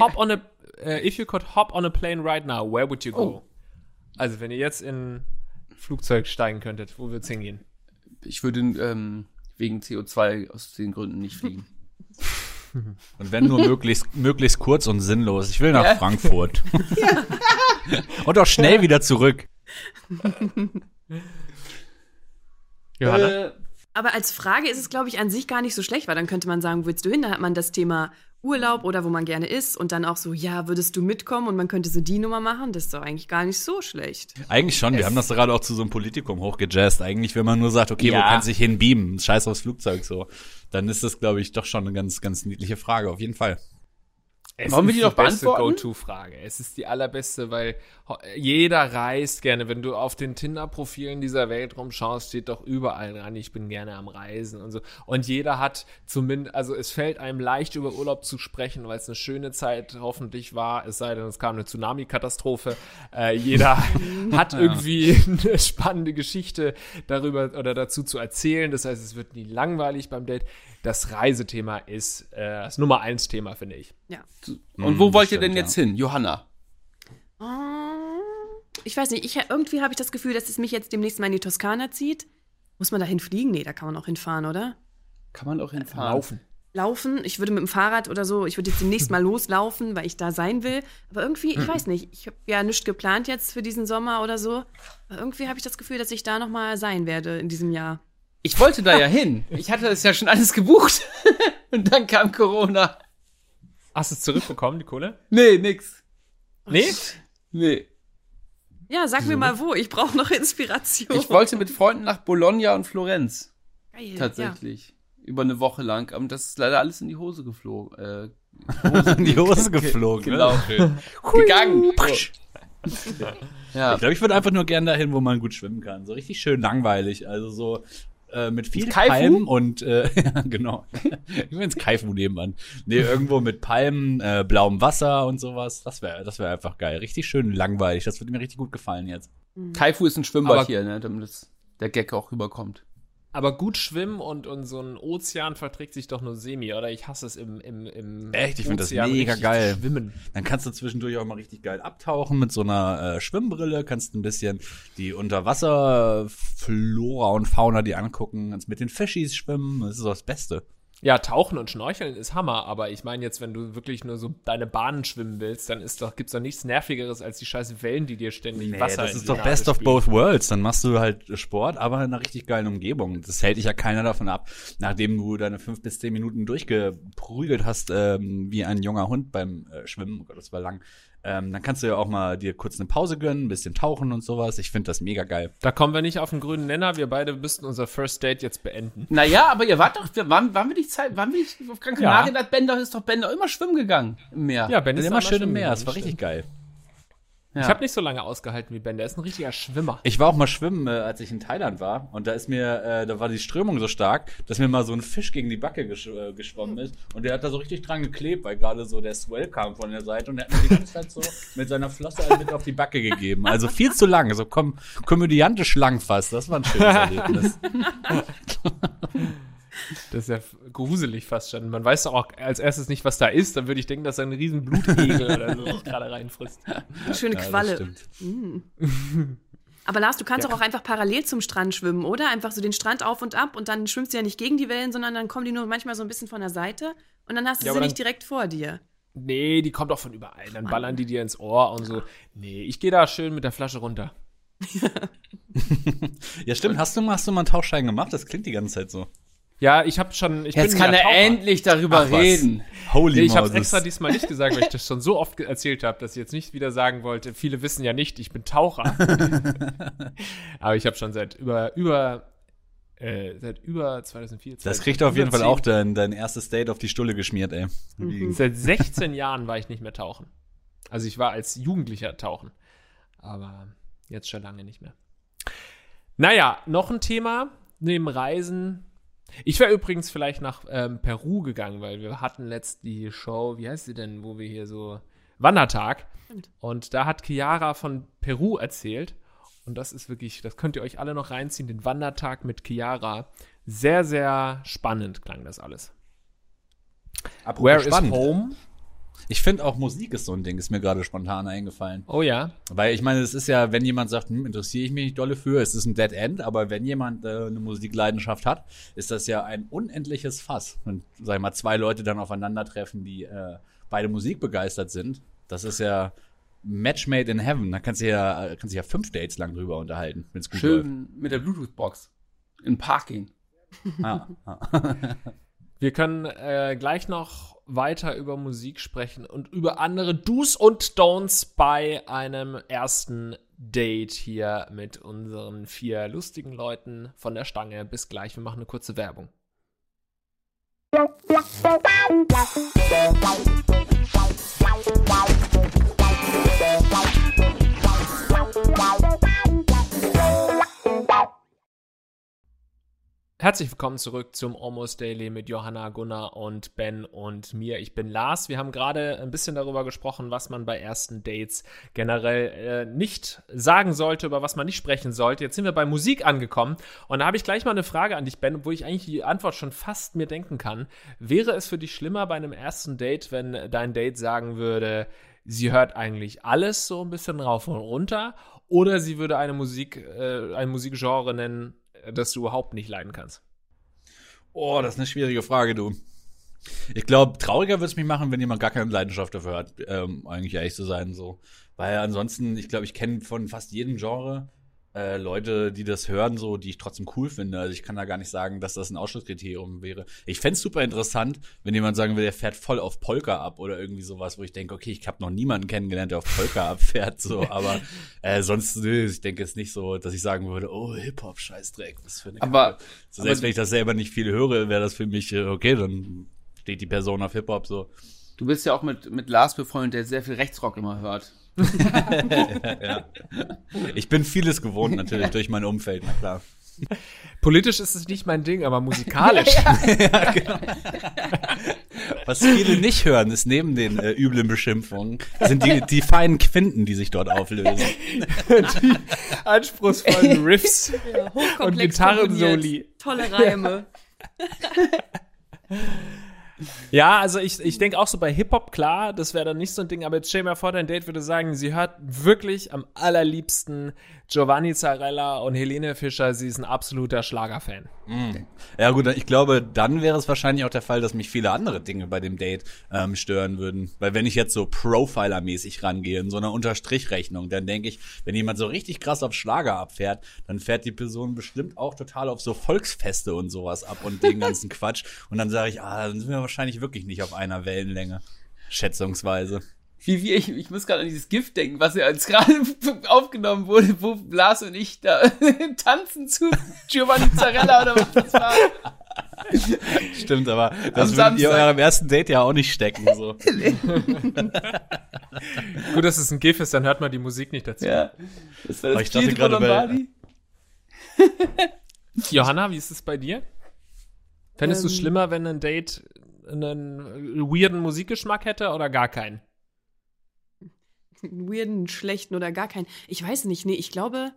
Speaker 1: hop on a plane right now, where would you go? Also, wenn ihr jetzt in ein Flugzeug steigen könntet, wo würd's hingehen?
Speaker 3: Ich würde wegen CO2 aus den Gründen nicht fliegen.
Speaker 4: Und wenn nur möglichst kurz und sinnlos. Ich will nach Frankfurt. Und auch schnell wieder zurück.
Speaker 1: Johanna?
Speaker 2: Aber als Frage ist es, glaube ich, an sich gar nicht so schlecht, weil dann könnte man sagen, wo willst du hin? Da hat man das Thema Urlaub oder wo man gerne ist und dann auch so, ja, würdest du mitkommen? Und man könnte so die Nummer machen. Das ist doch eigentlich gar nicht so schlecht.
Speaker 4: Eigentlich schon. Wir haben das gerade auch zu so einem Politikum hochgejazzt. Eigentlich, wenn man nur sagt, okay,
Speaker 3: Ja.
Speaker 4: wo kannst du dich hinbeamen? Scheiß aufs Flugzeug so. Dann ist das, glaube ich, doch schon eine ganz, ganz niedliche Frage. Auf jeden Fall.
Speaker 3: Wollen wir die noch
Speaker 1: beste
Speaker 3: beantworten?
Speaker 1: Go-To-Frage. Es ist die allerbeste, weil jeder reist gerne. Wenn du auf den Tinder-Profilen dieser Welt rumschaust, steht doch überall dran, ich bin gerne am Reisen und so. Und jeder hat zumindest, also es fällt einem leicht, über Urlaub zu sprechen, weil es eine schöne Zeit hoffentlich war, es sei denn, es kam eine Tsunami-Katastrophe. Jeder hat irgendwie eine spannende Geschichte darüber oder dazu zu erzählen. Das heißt, es wird nie langweilig beim Date. Das Reisetthema ist das Nummer 1 Thema, finde ich.
Speaker 2: Ja.
Speaker 3: Und wo wollt ihr
Speaker 4: stimmt,
Speaker 3: denn jetzt hin, Johanna?
Speaker 2: Ich weiß nicht, irgendwie habe ich das Gefühl, dass es mich jetzt demnächst mal in die Toskana zieht. Muss man da hinfliegen? Nee, da kann man auch hinfahren, oder?
Speaker 3: Kann man auch hinfahren.
Speaker 2: Laufen. Ich würde mit dem Fahrrad oder so, ich würde jetzt demnächst mal loslaufen, weil ich da sein will. Aber irgendwie, ich weiß nicht, ich habe ja nichts geplant jetzt für diesen Sommer oder so. Aber irgendwie habe ich das Gefühl, dass ich da noch mal sein werde in diesem Jahr.
Speaker 3: Ich wollte da ja hin. Ich hatte das ja schon alles gebucht. Und dann kam Corona.
Speaker 1: Hast du es zurückbekommen, die Kohle?
Speaker 3: Nee, nix.
Speaker 1: Nee?
Speaker 3: Nee.
Speaker 2: Ja, sag mir mal wo, ich brauche noch Inspiration.
Speaker 3: Ich wollte mit Freunden nach Bologna und Florenz.
Speaker 2: Geil,
Speaker 3: Tatsächlich. Über eine Woche lang. Aber das ist leider alles in die Hose geflogen.
Speaker 4: In die Hose geflogen.
Speaker 3: Genau.
Speaker 4: Ne?
Speaker 3: Gegangen. Ja.
Speaker 4: Ich glaube, ich würde einfach nur gern dahin, wo man gut schwimmen kann. So richtig schön langweilig. Also so mit viel
Speaker 3: Kaifu?
Speaker 4: Palmen und ja, genau. Ich will ins Kaifu nebenan. Nee, irgendwo mit Palmen, blauem Wasser und sowas. Das wär einfach geil. Richtig schön langweilig. Das würde mir richtig gut gefallen jetzt.
Speaker 3: Kaifu ist ein Schwimmbad
Speaker 1: Aber-
Speaker 3: hier, ne, damit der Gag auch rüberkommt.
Speaker 1: Aber gut schwimmen und so ein Ozean verträgt sich doch nur semi, oder? Ich hasse es im
Speaker 4: Echt? Ich finde das
Speaker 1: Ozean
Speaker 4: mega
Speaker 1: richtig
Speaker 4: geil.
Speaker 1: zu schwimmen.
Speaker 4: Dann kannst du zwischendurch auch mal richtig geil abtauchen mit so einer Schwimmbrille, kannst ein bisschen die Unterwasserflora und Fauna die angucken, kannst mit den Fischis schwimmen, das ist doch das Beste.
Speaker 1: Ja, Tauchen und Schnorcheln ist Hammer, aber ich meine jetzt, wenn du wirklich nur so deine Bahnen schwimmen willst, dann gibt's doch nichts Nervigeres als die scheiß Wellen, die dir ständig Wasser
Speaker 4: das
Speaker 1: in
Speaker 4: ist
Speaker 1: die
Speaker 4: doch
Speaker 1: Nase
Speaker 4: best of
Speaker 1: spülen.
Speaker 4: both worlds. Dann machst du halt Sport, aber in einer richtig geilen Umgebung. Das hält dich ja keiner davon ab, nachdem du deine 5 bis 10 Minuten durchgeprügelt hast, wie ein junger Hund beim Schwimmen. Oh Gott, das war lang. Dann kannst du ja auch mal dir kurz eine Pause gönnen, ein bisschen tauchen und sowas. Ich finde das mega geil.
Speaker 1: Da kommen wir nicht auf den grünen Nenner, wir beide müssten unser First Date jetzt beenden.
Speaker 3: Naja, aber ihr wart doch, waren wir nicht auf Gran Canaria, da ist doch Ben doch immer schwimmen gegangen im Meer.
Speaker 1: Ja, Ben
Speaker 4: Das
Speaker 1: ist
Speaker 4: ist immer
Speaker 1: da
Speaker 4: schön im
Speaker 1: schwimmen
Speaker 4: Meer,
Speaker 1: gegangen,
Speaker 4: das war richtig geil.
Speaker 3: Ja.
Speaker 1: Ich habe nicht so lange ausgehalten wie Ben, der ist ein richtiger Schwimmer.
Speaker 4: Ich war auch mal schwimmen, als ich in Thailand war. Und da ist mir, da war die Strömung so stark, dass mir mal so ein Fisch gegen die Backe geschwommen ist. Und der hat da so richtig dran geklebt, weil gerade so der Swell kam von der Seite. Und der hat mir die ganze Zeit so mit seiner Flosse halt mit auf die Backe gegeben. Also viel zu lang, so komödiantisch lang fast. Das war ein schönes Erlebnis.
Speaker 1: Das ist ja gruselig fast schon. Man weiß doch auch als erstes nicht, was da ist. Dann würde ich denken, dass da ein riesen Blutegel oder so sich gerade reinfrisst.
Speaker 2: Schöne
Speaker 4: Ja, das
Speaker 2: Qualle.
Speaker 4: stimmt.
Speaker 2: Aber Lars, du kannst doch auch einfach parallel zum Strand schwimmen, oder? Einfach so den Strand auf und ab und dann schwimmst du ja nicht gegen die Wellen, sondern dann kommen die nur manchmal so ein bisschen von der Seite und dann hast du
Speaker 1: Ja,
Speaker 2: sie
Speaker 1: aber
Speaker 2: nicht direkt vor dir.
Speaker 1: Nee, die kommt doch von überall. Dann ballern die dir ins Ohr und so. Nee, ich gehe da schön mit der Flasche runter.
Speaker 4: Ja, stimmt. Hast du mal einen Tauchschein gemacht? Das klingt die ganze Zeit so.
Speaker 1: Ja, ich habe schon.
Speaker 3: Jetzt kann er endlich darüber
Speaker 4: Ach, was.
Speaker 3: reden.
Speaker 4: Holy
Speaker 1: Nee, ich habe
Speaker 4: Moses.
Speaker 1: extra diesmal nicht gesagt, weil ich das schon so oft erzählt habe, dass ich jetzt nicht wieder sagen wollte, viele wissen ja nicht, ich bin Taucher. Aber ich habe schon seit über 2004.
Speaker 4: Das kriegt auf jeden Fall auch dein erstes Date auf die Stulle geschmiert, ey.
Speaker 1: Seit 16 Jahren war ich nicht mehr tauchen. Also ich war als Jugendlicher tauchen. Aber jetzt schon lange nicht mehr. Naja, noch ein Thema neben Reisen. Ich wäre übrigens vielleicht nach Peru gegangen, weil wir hatten letzt die Show, wie heißt sie denn, wo wir hier so Wandertag. Und da hat Chiara von Peru erzählt. Und das ist wirklich, das könnt ihr euch alle noch reinziehen, den Wandertag mit Chiara. Sehr, sehr spannend klang das alles.
Speaker 4: Apropos
Speaker 1: Where
Speaker 4: spannend.
Speaker 1: is home?
Speaker 4: Ich finde auch Musik ist so ein Ding, ist mir gerade spontan eingefallen.
Speaker 1: Oh ja.
Speaker 4: Weil ich meine, es ist ja, wenn jemand sagt, interessiere ich mich nicht dolle für, es ist ein Dead End, aber wenn jemand eine Musikleidenschaft hat, ist das ja ein unendliches Fass. Und sag ich mal, 2 Leute dann aufeinandertreffen, die beide Musik begeistert sind, das ist ja Match made in heaven. Da kannst du ja 5 Dates lang drüber unterhalten, wenn es gut läuft.
Speaker 3: Schön mit der Bluetooth-Box. Im Parking.
Speaker 4: Ja.
Speaker 1: Wir können gleich noch weiter über Musik sprechen und über andere Do's und Don'ts bei einem ersten Date hier mit unseren 4 lustigen Leuten von der Stange. Bis gleich, wir machen eine kurze Werbung. Herzlich willkommen zurück zum Almost Daily mit Johanna, Gunnar und Ben und mir. Ich bin Lars. Wir haben gerade ein bisschen darüber gesprochen, was man bei ersten Dates generell nicht sagen sollte, über was man nicht sprechen sollte. Jetzt sind wir bei Musik angekommen und da habe ich gleich mal eine Frage an dich, Ben, wo ich eigentlich die Antwort schon fast mir denken kann. Wäre es für dich schlimmer bei einem ersten Date, wenn dein Date sagen würde, sie hört eigentlich alles so ein bisschen rauf und runter, oder sie würde ein Musikgenre nennen, das du überhaupt nicht leiden kannst?
Speaker 4: Oh, das ist eine schwierige Frage, du. Ich glaube, trauriger würde es mich machen, wenn jemand gar keine Leidenschaft dafür hat, eigentlich ehrlich zu sein, so. Weil ansonsten, ich glaube, ich kenne von fast jedem Genre Leute, die das hören, so, die ich trotzdem cool finde. Also ich kann da gar nicht sagen, dass das ein Ausschlusskriterium wäre. Ich fänd's super interessant, wenn jemand sagen will, der fährt voll auf Polka ab oder irgendwie sowas, wo ich denke, okay, ich habe noch niemanden kennengelernt, der auf Polka abfährt, so. Aber sonst, nö, ich denke es nicht so, dass ich sagen würde, oh, Hip-Hop, Scheißdreck, was für eine Kacke. So, selbst wenn ich das selber nicht viel höre, wäre das für mich, okay, dann steht die Person auf Hip-Hop, so.
Speaker 3: Du bist ja auch mit Lars befreundet, der sehr viel Rechtsrock immer hört.
Speaker 4: Ja. Ich bin vieles gewohnt natürlich durch mein Umfeld, na klar.
Speaker 1: Politisch ist es nicht mein Ding, aber musikalisch.
Speaker 4: Ja, genau. Was viele nicht hören, ist neben den üblen Beschimpfungen, sind die feinen Quinten, die sich dort auflösen.
Speaker 1: Die anspruchsvollen Riffs und Gitarrensoli.
Speaker 2: Tolle Reime.
Speaker 1: Ja, also ich denke auch so bei Hip-Hop, klar, das wäre dann nicht so ein Ding, aber jetzt stell dir mal vor, dein Date würde sagen, sie hört wirklich am allerliebsten Giovanni Zarella und Helene Fischer, sie ist ein absoluter Schlagerfan.
Speaker 4: Ja gut, ich glaube, dann wäre es wahrscheinlich auch der Fall, dass mich viele andere Dinge bei dem Date stören würden. Weil wenn ich jetzt so Profiler-mäßig rangehe, in so einer Unterstrichrechnung, dann denke ich, wenn jemand so richtig krass auf Schlager abfährt, dann fährt die Person bestimmt auch total auf so Volksfeste und sowas ab und den ganzen Quatsch. Und dann sage ich, dann sind wir wahrscheinlich wirklich nicht auf einer Wellenlänge. Schätzungsweise.
Speaker 3: Ich muss gerade an dieses Gift denken, was ja als gerade aufgenommen wurde, wo Lars und ich da tanzen zu Giovanni Zarella oder was das war.
Speaker 4: Stimmt, aber das würdet ihr eurem ersten Date ja auch nicht stecken. So.
Speaker 1: Gut, dass es ein GIF ist, dann hört man die Musik nicht dazu.
Speaker 3: Ja, das war das
Speaker 4: ich dachte gerade
Speaker 1: Johanna, wie ist es bei dir? Fändest du es schlimmer, wenn ein Date einen weirden Musikgeschmack hätte oder gar keinen?
Speaker 2: Einen weirden, schlechten oder gar keinen. Ich weiß nicht, nee, ich glaube,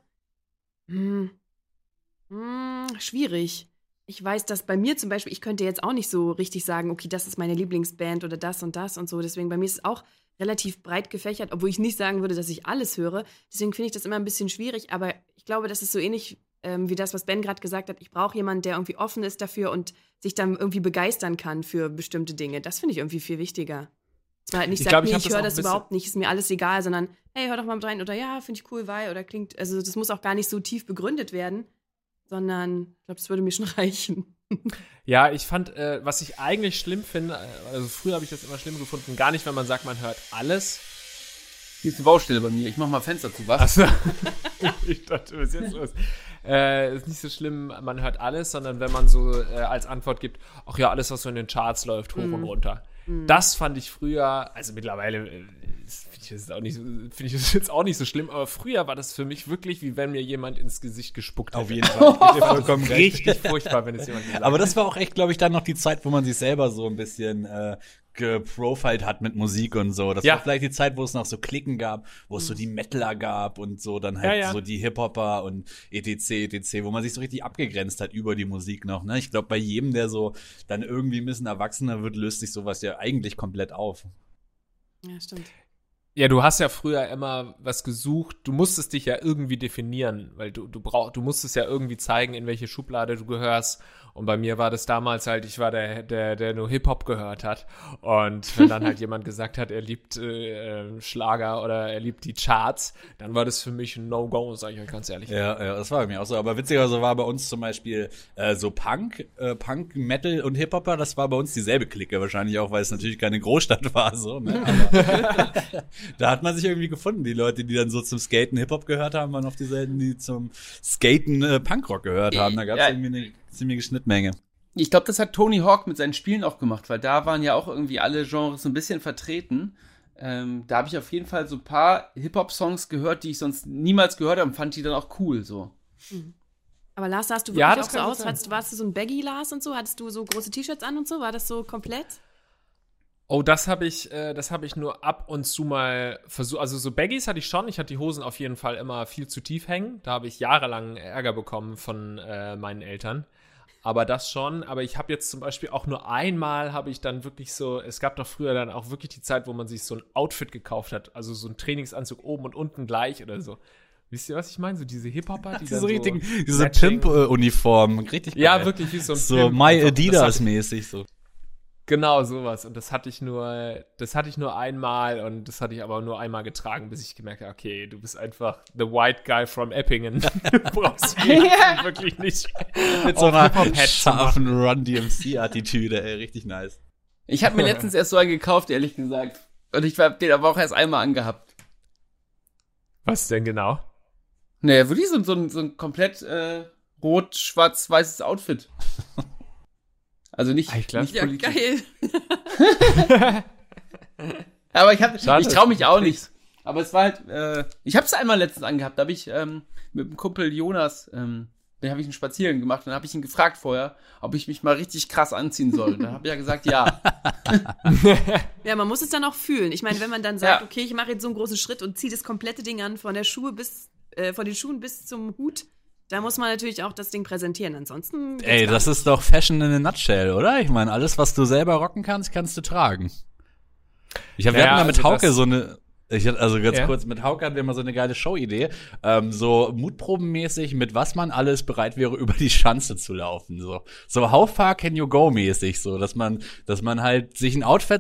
Speaker 2: schwierig. Ich weiß, dass bei mir zum Beispiel, ich könnte jetzt auch nicht so richtig sagen, okay, das ist meine Lieblingsband oder das und so. Deswegen bei mir ist es auch relativ breit gefächert, obwohl ich nicht sagen würde, dass ich alles höre. Deswegen finde ich das immer ein bisschen schwierig, aber ich glaube, das ist so ähnlich wie das, was Ben gerade gesagt hat. Ich brauche jemanden, der irgendwie offen ist dafür und sich dann irgendwie begeistern kann für bestimmte Dinge. Das finde ich irgendwie viel wichtiger. Dass man halt nicht sagt, ich höre das überhaupt nicht, ist mir alles egal, sondern hey, hör doch mal mit rein oder ja, finde ich cool, weil oder klingt, also das muss auch gar nicht so tief begründet werden, sondern ich glaube, das würde mir schon reichen.
Speaker 1: Ja, ich fand, was ich eigentlich schlimm finde, also früher habe ich das immer schlimm gefunden, gar nicht, wenn man sagt, man hört alles.
Speaker 3: Hier ist eine Baustelle bei mir, ich mach mal Fenster zu, was?
Speaker 1: Also, ich dachte, was ist jetzt los? Ist nicht so schlimm, man hört alles, sondern wenn man so als Antwort gibt, ach ja, alles, was so in den Charts läuft, hoch und runter. Das fand ich früher, also mittlerweile finde ich das jetzt auch nicht so schlimm, aber früher war das für mich wirklich, wie wenn mir jemand ins Gesicht gespuckt hätte.
Speaker 4: Auf jeden Fall.
Speaker 1: Das war vollkommen richtig furchtbar, wenn es jemand gesagt hat.
Speaker 4: Aber das war auch echt, glaube ich, dann noch die Zeit, wo man sich selber so ein bisschen geprofiled hat mit Musik und so. Das war vielleicht die Zeit, wo es noch so Klicken gab, wo es so die Metaler gab und so dann halt so die Hip-Hopper und etc., wo man sich so richtig abgegrenzt hat über die Musik noch. Ne? Ich glaube, bei jedem, der so dann irgendwie ein bisschen erwachsener wird, löst sich sowas ja eigentlich komplett auf.
Speaker 2: Ja, stimmt.
Speaker 1: Ja, du hast ja früher immer was gesucht, du musstest dich ja irgendwie definieren, weil du musstest ja irgendwie zeigen, in welche Schublade du gehörst. Und bei mir war das damals halt, ich war der nur Hip-Hop gehört hat. Und wenn dann halt jemand gesagt hat, er liebt Schlager oder er liebt die Charts, dann war das für mich ein No-Go, sag ich euch ganz ehrlich.
Speaker 4: Ja, das war bei mir auch so. Aber witzigerweise war bei uns zum Beispiel so Punk, Metal und Hip-Hopper, das war bei uns dieselbe Clique wahrscheinlich auch, weil es natürlich keine Großstadt war, so, ne? Aber da hat man sich irgendwie gefunden. Die Leute, die dann so zum Skaten Hip-Hop gehört haben, waren auf dieselben, die zum Skaten Punkrock gehört haben. Da gab es irgendwie eine ziemliche Schnittmenge.
Speaker 3: Ich glaube, das hat Tony Hawk mit seinen Spielen auch gemacht, weil da waren ja auch irgendwie alle Genres so ein bisschen vertreten. Da habe ich auf jeden Fall so ein paar Hip-Hop-Songs gehört, die ich sonst niemals gehört habe und fand die dann auch cool, so.
Speaker 2: Aber Lars, sahst du wirklich auch so aus? Warst du so ein Baggy Lars und so? Hattest du so große T-Shirts an und so? War das so komplett?
Speaker 1: Oh, das habe ich nur ab und zu mal versucht. Also so Baggies hatte ich schon. Ich hatte die Hosen auf jeden Fall immer viel zu tief hängen. Da habe ich jahrelang Ärger bekommen von meinen Eltern. Aber das schon. Aber ich habe jetzt zum Beispiel auch nur einmal habe ich dann wirklich so, es gab doch früher dann auch wirklich die Zeit, wo man sich so ein Outfit gekauft hat. Also so ein Trainingsanzug oben und unten gleich oder so. Wisst ihr, was ich meine? So diese Hip-Hopper, die
Speaker 4: Diese
Speaker 1: dann
Speaker 4: diese
Speaker 1: Matching-
Speaker 4: Pimp-Uniform, richtig geil.
Speaker 1: Ja, wirklich, wie so ein
Speaker 4: So
Speaker 1: Pimp.
Speaker 4: My
Speaker 1: Und das
Speaker 4: Adidas-mäßig so.
Speaker 1: Genau, sowas. Und das hatte ich nur einmal und das hatte ich aber nur einmal getragen, bis ich gemerkt habe, okay, du bist einfach the white guy from Eppingen. Du brauchst mich wirklich nicht mit so
Speaker 4: So
Speaker 1: einem
Speaker 4: einer
Speaker 1: Hip-Hop-Hat zu machen.
Speaker 4: scharfen Run-DMC-Attitüde, ey, richtig nice.
Speaker 3: Ich habe mir letztens erst so einen gekauft, ehrlich gesagt. Und ich habe den aber auch erst einmal angehabt.
Speaker 1: Was denn genau?
Speaker 3: Naja, wirklich so ein komplett rot-schwarz-weißes Outfit. Also nicht,
Speaker 1: Ah, ich glaub-
Speaker 3: nicht
Speaker 2: Ja,
Speaker 3: politisch.
Speaker 2: geil.
Speaker 3: Aber ich
Speaker 1: Schade,
Speaker 3: traue mich auch
Speaker 1: das-
Speaker 3: nicht. Aber es war halt, ich habe es einmal letztens angehabt. Da habe ich mit dem Kumpel Jonas, den habe ich einen Spaziergang gemacht. Und dann habe ich ihn gefragt vorher, ob ich mich mal richtig krass anziehen soll. Dann habe ich ja gesagt, ja.
Speaker 2: Ja, man muss es dann auch fühlen. Ich meine, wenn man dann sagt,
Speaker 3: Ja.
Speaker 2: okay, ich mache jetzt so einen großen Schritt und ziehe das komplette Ding an, von den Schuhen bis zum Hut, da muss man natürlich auch das Ding präsentieren. Ansonsten. geht's
Speaker 4: Ey,
Speaker 2: gar
Speaker 4: das
Speaker 2: nicht.
Speaker 4: ist doch Fashion in a nutshell, oder? Ich meine, alles, was du selber rocken kannst, kannst du tragen. Wir hatten
Speaker 1: Ja,
Speaker 4: mal mit
Speaker 1: also
Speaker 4: Hauke
Speaker 1: das-
Speaker 4: so eine, also ganz
Speaker 1: Ja.
Speaker 4: kurz, mit Hauke hatten wir mal so eine geile Showidee, so mutprobenmäßig, mit was man alles bereit wäre, über die Schanze zu laufen, so how far can you go mäßig, so, dass man halt sich ein Outfit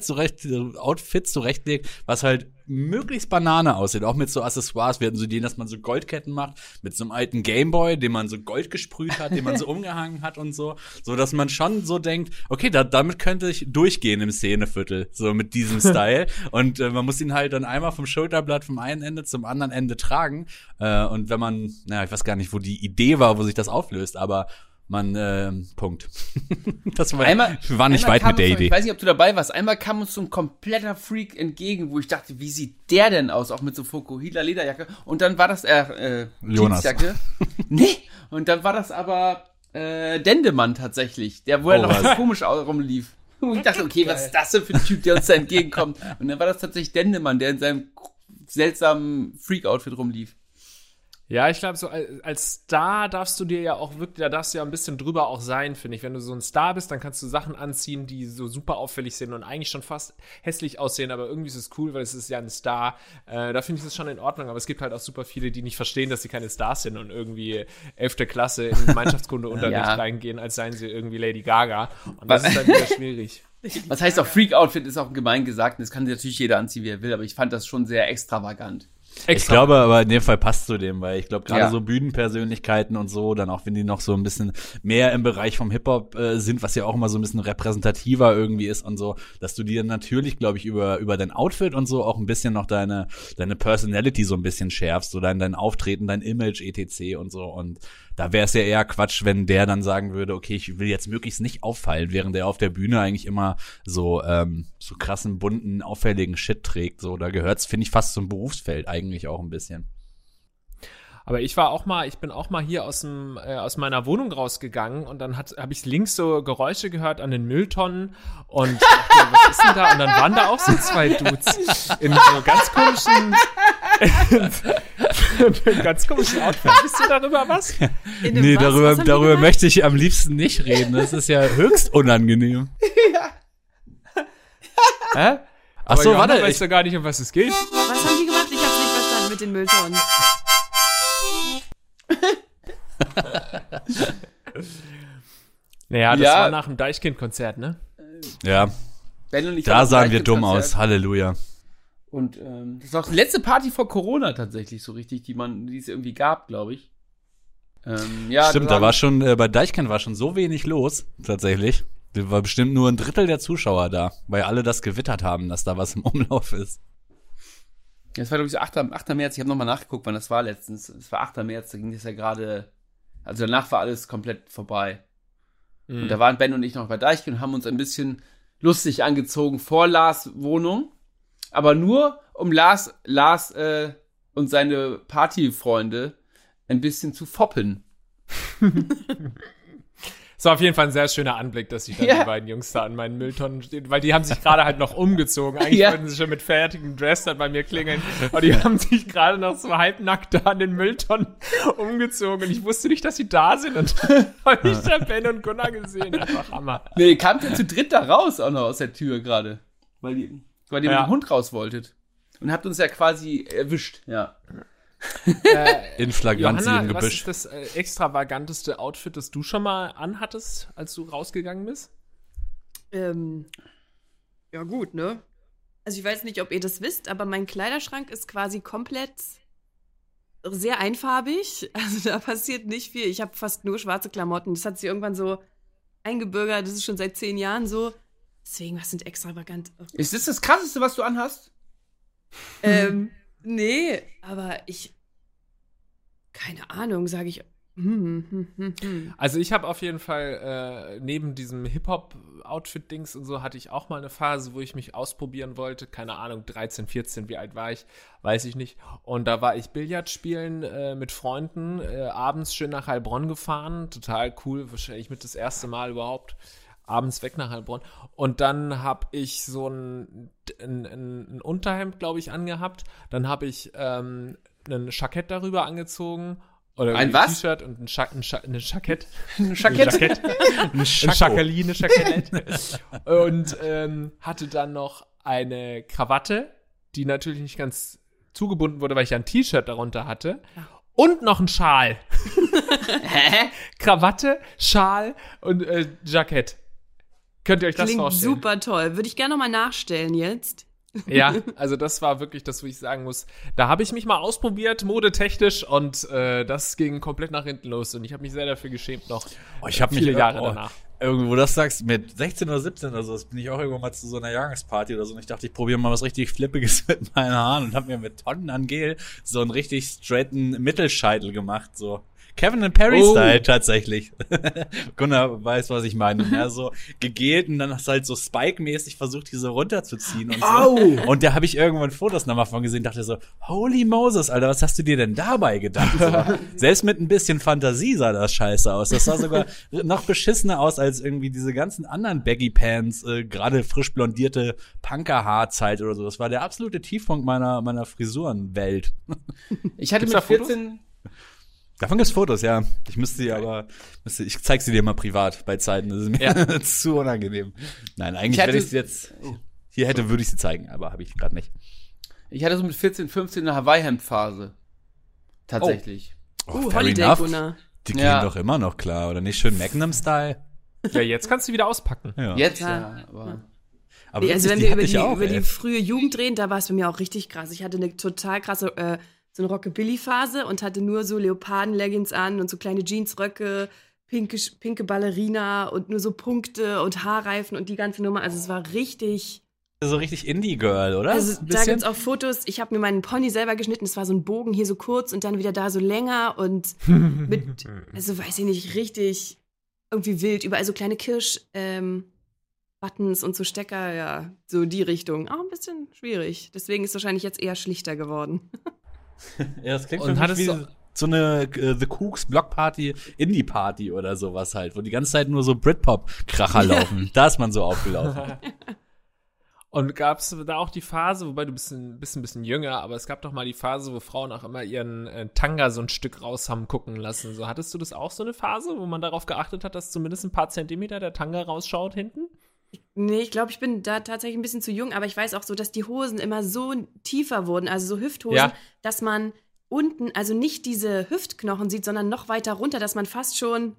Speaker 4: zurechtlegt, was halt möglichst Banane aussieht, auch mit so Accessoires. Wir hatten so Ideen, dass man so Goldketten macht, mit so einem alten Gameboy, den man so Gold gesprüht hat, den man so umgehangen hat und so dass man schon so denkt, okay, damit könnte ich durchgehen im Szeneviertel, so mit diesem Style. Und man muss ihn halt dann einmal vom Schulterblatt vom einen Ende zum anderen Ende tragen. Und wenn man, ich weiß gar nicht, wo die Idee war, wo sich das auflöst, aber man, Punkt. Das war, wir waren nicht weit mit der Idee.
Speaker 3: Ich weiß nicht, ob du dabei warst. Einmal kam uns so ein kompletter Freak entgegen, wo ich dachte, wie sieht der denn aus? Auch mit so Fukuhila Lederjacke. Und dann war das,
Speaker 4: Jonas.
Speaker 3: Jeansjacke. Nee. Und dann war das aber, Dendemann tatsächlich. Der, wo er noch so komisch rumlief. Und ich dachte, okay, was ist das denn für ein Typ, der uns da entgegenkommt? Und dann war das tatsächlich Dendemann, der in seinem seltsamen Freak-Outfit rumlief.
Speaker 1: Ja, ich glaube, so als Star darfst du dir ja auch wirklich, da darfst du ja ein bisschen drüber auch sein, finde ich. Wenn du so ein Star bist, dann kannst du Sachen anziehen, die so super auffällig sind und eigentlich schon fast hässlich aussehen, aber irgendwie ist es cool, weil es ist ja ein Star. Da finde ich das schon in Ordnung, aber es gibt halt auch super viele, die nicht verstehen, dass sie keine Stars sind und irgendwie 11. Klasse in Gemeinschaftskundeunterricht
Speaker 3: Ja.
Speaker 1: reingehen, als seien sie irgendwie Lady Gaga. Und das ist dann wieder schwierig.
Speaker 3: Was heißt auch Freak-Outfit, ist auch gemein gesagt. Das kann natürlich jeder anziehen, wie er will, aber ich fand das schon sehr extravagant.
Speaker 4: Ich glaube aber in dem Fall passt zu dem, weil ich glaube gerade
Speaker 3: Ja.
Speaker 4: so Bühnenpersönlichkeiten und so, dann auch wenn die noch so ein bisschen mehr im Bereich vom Hip-Hop sind, was ja auch immer so ein bisschen repräsentativer irgendwie ist und so, dass du dir natürlich, glaube ich, über dein Outfit und so auch ein bisschen noch deine Personality so ein bisschen schärfst, so dein Auftreten, dein Image, etc. und so. Und da wäre es ja eher Quatsch, wenn der dann sagen würde, okay, ich will jetzt möglichst nicht auffallen, während der auf der Bühne eigentlich immer so krassen, bunten, auffälligen Shit trägt. So, da gehört's, finde ich, fast zum Berufsfeld eigentlich auch ein bisschen.
Speaker 1: Aber ich bin auch mal hier aus meiner Wohnung rausgegangen und dann habe ich links so Geräusche gehört an den Mülltonnen und dachte, was ist denn da? Und dann waren da auch so zwei Dudes in so ganz komischen Outfits. Wisst ihr darüber was?
Speaker 2: In einem
Speaker 4: Nee,
Speaker 2: was? Was haben die
Speaker 4: darüber
Speaker 2: gemacht?
Speaker 4: möchte ich am liebsten nicht reden. Das ist ja höchst unangenehm.
Speaker 1: Hä?
Speaker 4: Ach so,
Speaker 1: Johanna
Speaker 4: warte.
Speaker 1: weiß doch gar nicht, um was es geht.
Speaker 2: Was haben die gemacht? Ich hab's nicht verstanden mit den Mülltonnen.
Speaker 1: Naja, das
Speaker 3: Ja.
Speaker 1: war nach dem Deichkind-Konzert, ne?
Speaker 4: Ja,
Speaker 3: Ben und ich
Speaker 4: da
Speaker 3: waren
Speaker 4: sahen
Speaker 3: auf
Speaker 4: wir
Speaker 3: dem
Speaker 4: dumm
Speaker 3: Konzert.
Speaker 4: aus. Halleluja.
Speaker 3: Und das war auch die letzte Party vor Corona tatsächlich so richtig, die es irgendwie gab, glaube ich. Ja,
Speaker 4: Stimmt, da war schon, bei Deichkind war schon so wenig los, tatsächlich. Da war bestimmt nur ein Drittel der Zuschauer da, weil alle das gewittert haben, dass da was im Umlauf ist.
Speaker 3: Das war, glaube ich, so 8. März. Ich habe nochmal nachgeguckt, wann das war letztens. Es war 8. März, da ging das ja gerade, also danach war alles komplett vorbei. Und da waren Ben und ich noch bei Deichkind und haben uns ein bisschen lustig angezogen vor Lars Wohnung. Aber nur, um Lars und seine Partyfreunde ein bisschen zu foppen.
Speaker 1: Es war auf jeden Fall ein sehr schöner Anblick, dass sich dann
Speaker 3: Ja.
Speaker 1: die beiden Jungs da an meinen Mülltonnen stehen, weil die haben sich gerade halt noch umgezogen. Eigentlich
Speaker 3: Ja.
Speaker 1: wollten sie schon mit fertigem Dress dann bei mir klingeln, aber die haben sich gerade noch so halbnackt da an den Mülltonnen umgezogen und ich wusste nicht, dass sie da sind und habe ich da Ben und Gunnar gesehen. Einfach Hammer.
Speaker 3: Nee, kamt ihr zu dritt da raus auch noch aus der Tür gerade. Weil ihr mit
Speaker 1: Ja.
Speaker 3: dem Hund raus wolltet. Und habt uns ja quasi erwischt, ja.
Speaker 4: In Flagranti
Speaker 1: Johanna,
Speaker 4: im
Speaker 1: was
Speaker 4: Gebüsch.
Speaker 1: ist das extravaganteste Outfit, das du schon mal anhattest, als du rausgegangen bist?
Speaker 2: Ja, gut, ne? Also, ich weiß nicht, ob ihr das wisst, aber mein Kleiderschrank ist quasi komplett sehr einfarbig. Also, da passiert nicht viel. Ich habe fast nur schwarze Klamotten. Das hat sich irgendwann so eingebürgert. Das ist schon seit 10 Jahren so. Deswegen, was sind extravagant? Oh.
Speaker 3: Ist das das Krasseste, was du anhast?
Speaker 2: Nee, aber keine Ahnung, sage ich.
Speaker 1: Also ich habe auf jeden Fall neben diesem Hip-Hop-Outfit-Dings und so hatte ich auch mal eine Phase, wo ich mich ausprobieren wollte. Keine Ahnung, 13, 14, wie alt war ich? Weiß ich nicht. Und da war ich Billard spielen mit Freunden, abends schön nach Heilbronn gefahren. Total cool, wahrscheinlich mit das erste Mal überhaupt. Abends weg nach Heilbronn. Und dann habe ich so ein Unterhemd, glaube ich, angehabt. Dann habe ich ein Jackett darüber angezogen. Oder
Speaker 3: ein was?
Speaker 1: T-Shirt und ein Jackett.
Speaker 3: Ein Jackett?
Speaker 1: Ein Schakali, Jackett. Und hatte dann noch eine Krawatte, die natürlich nicht ganz zugebunden wurde, weil ich ja ein T-Shirt darunter hatte. Und noch ein Schal.
Speaker 3: Hä?
Speaker 1: Krawatte, Schal und Jackett. Könnt ihr euch das
Speaker 2: Klingt
Speaker 1: vorstellen?
Speaker 2: super toll. Würde ich gerne nochmal nachstellen jetzt.
Speaker 1: Ja, also das war wirklich das, wo ich sagen muss, da habe ich mich mal ausprobiert, modetechnisch, und das ging komplett nach hinten los und ich habe mich sehr dafür geschämt noch.
Speaker 4: Ich habe mich
Speaker 1: viele Jahre danach.
Speaker 4: Irgendwo, wo du das sagst, mit 16 oder 17 oder so, das bin ich auch irgendwann mal zu so einer Jahrgangsparty oder so und ich dachte, ich probiere mal was richtig Flippiges mit meinen Haaren und habe mir mit Tonnen an Gel so einen richtig straighten Mittelscheitel gemacht, so. Kevin and Perry-Style tatsächlich. Gunnar weiß, was ich meine. Ja, so gegelt und dann hast du halt so Spike-mäßig versucht, diese runterzuziehen und so. Und da habe ich irgendwann Fotos nochmal von gesehen, dachte so, holy Moses, Alter, was hast du dir denn dabei gedacht? So, selbst mit ein bisschen Fantasie sah das scheiße aus. Das sah sogar noch beschissener aus als irgendwie diese ganzen anderen Baggy-Pants, gerade frisch blondierte Punker-Haarzeit oder so. Das war der absolute Tiefpunkt meiner Frisurenwelt.
Speaker 3: Ich hatte
Speaker 1: Gibt's
Speaker 3: mit
Speaker 1: da Fotos?
Speaker 3: 14...
Speaker 4: Davon gibt's Fotos, ja. Ich zeig sie dir mal privat bei Zeiten. Das ist mir zu unangenehm. Nein, eigentlich, wenn ich sie jetzt hier hätte, würde ich sie zeigen, aber habe ich gerade nicht.
Speaker 3: Ich hatte so mit 14, 15 eine Hawaii-Hemd-Phase. Tatsächlich.
Speaker 4: Fair
Speaker 2: Holiday
Speaker 4: enough.
Speaker 2: Gunnar.
Speaker 4: Die gehen
Speaker 3: Ja.
Speaker 4: doch immer noch klar, oder nicht? Schön Magnum-Style.
Speaker 1: Ja, jetzt kannst du wieder auspacken.
Speaker 4: Ja.
Speaker 3: Jetzt
Speaker 2: Ja.
Speaker 3: ja, aber...
Speaker 4: Aber
Speaker 2: Nee, also
Speaker 4: witzig,
Speaker 2: wenn
Speaker 4: die
Speaker 2: wir
Speaker 4: hatte
Speaker 2: über
Speaker 4: ich
Speaker 2: die,
Speaker 4: auch,
Speaker 2: über die
Speaker 4: ey.
Speaker 2: frühe Jugend reden, da war es bei mir auch richtig krass. Ich hatte eine total krasse, so eine Rockabilly-Phase und hatte nur so Leoparden-Leggings an und so kleine Jeansröcke, pinke Ballerina und nur so Punkte und Haarreifen und die ganze Nummer. Also es war richtig.
Speaker 4: So richtig Indie-Girl, oder?
Speaker 2: Also
Speaker 4: Ein
Speaker 2: da
Speaker 4: bisschen?
Speaker 2: gibt's auch Fotos. Ich habe mir meinen Pony selber geschnitten. Es war so ein Bogen hier so kurz und dann wieder da so länger und mit, also weiß ich nicht, richtig irgendwie wild. Überall so kleine Buttons und so Stecker, ja, so die Richtung. Auch ein bisschen schwierig. Deswegen ist es wahrscheinlich jetzt eher schlichter geworden.
Speaker 4: Ja, das klingt
Speaker 1: Und
Speaker 4: für mich
Speaker 1: hattest
Speaker 4: wie
Speaker 1: du-
Speaker 4: so eine The Cooks Blockparty, Indie-Party oder sowas halt, wo die ganze Zeit nur so Britpop-Kracher laufen. Da ist man so aufgelaufen.
Speaker 1: Und gab es da auch die Phase, wobei du bist ein bisschen jünger, aber es gab doch mal die Phase, wo Frauen auch immer ihren Tanga so ein Stück raus haben gucken lassen. So, hattest du das auch, so eine Phase, wo man darauf geachtet hat, dass zumindest ein paar Zentimeter der Tanga rausschaut hinten?
Speaker 2: Nee, ich glaube, ich bin da tatsächlich ein bisschen zu jung, aber ich weiß auch so, dass die Hosen immer so tiefer wurden, also so Hüfthosen,
Speaker 1: Ja.
Speaker 2: dass man unten, also nicht diese Hüftknochen sieht, sondern noch weiter runter, dass man fast schon,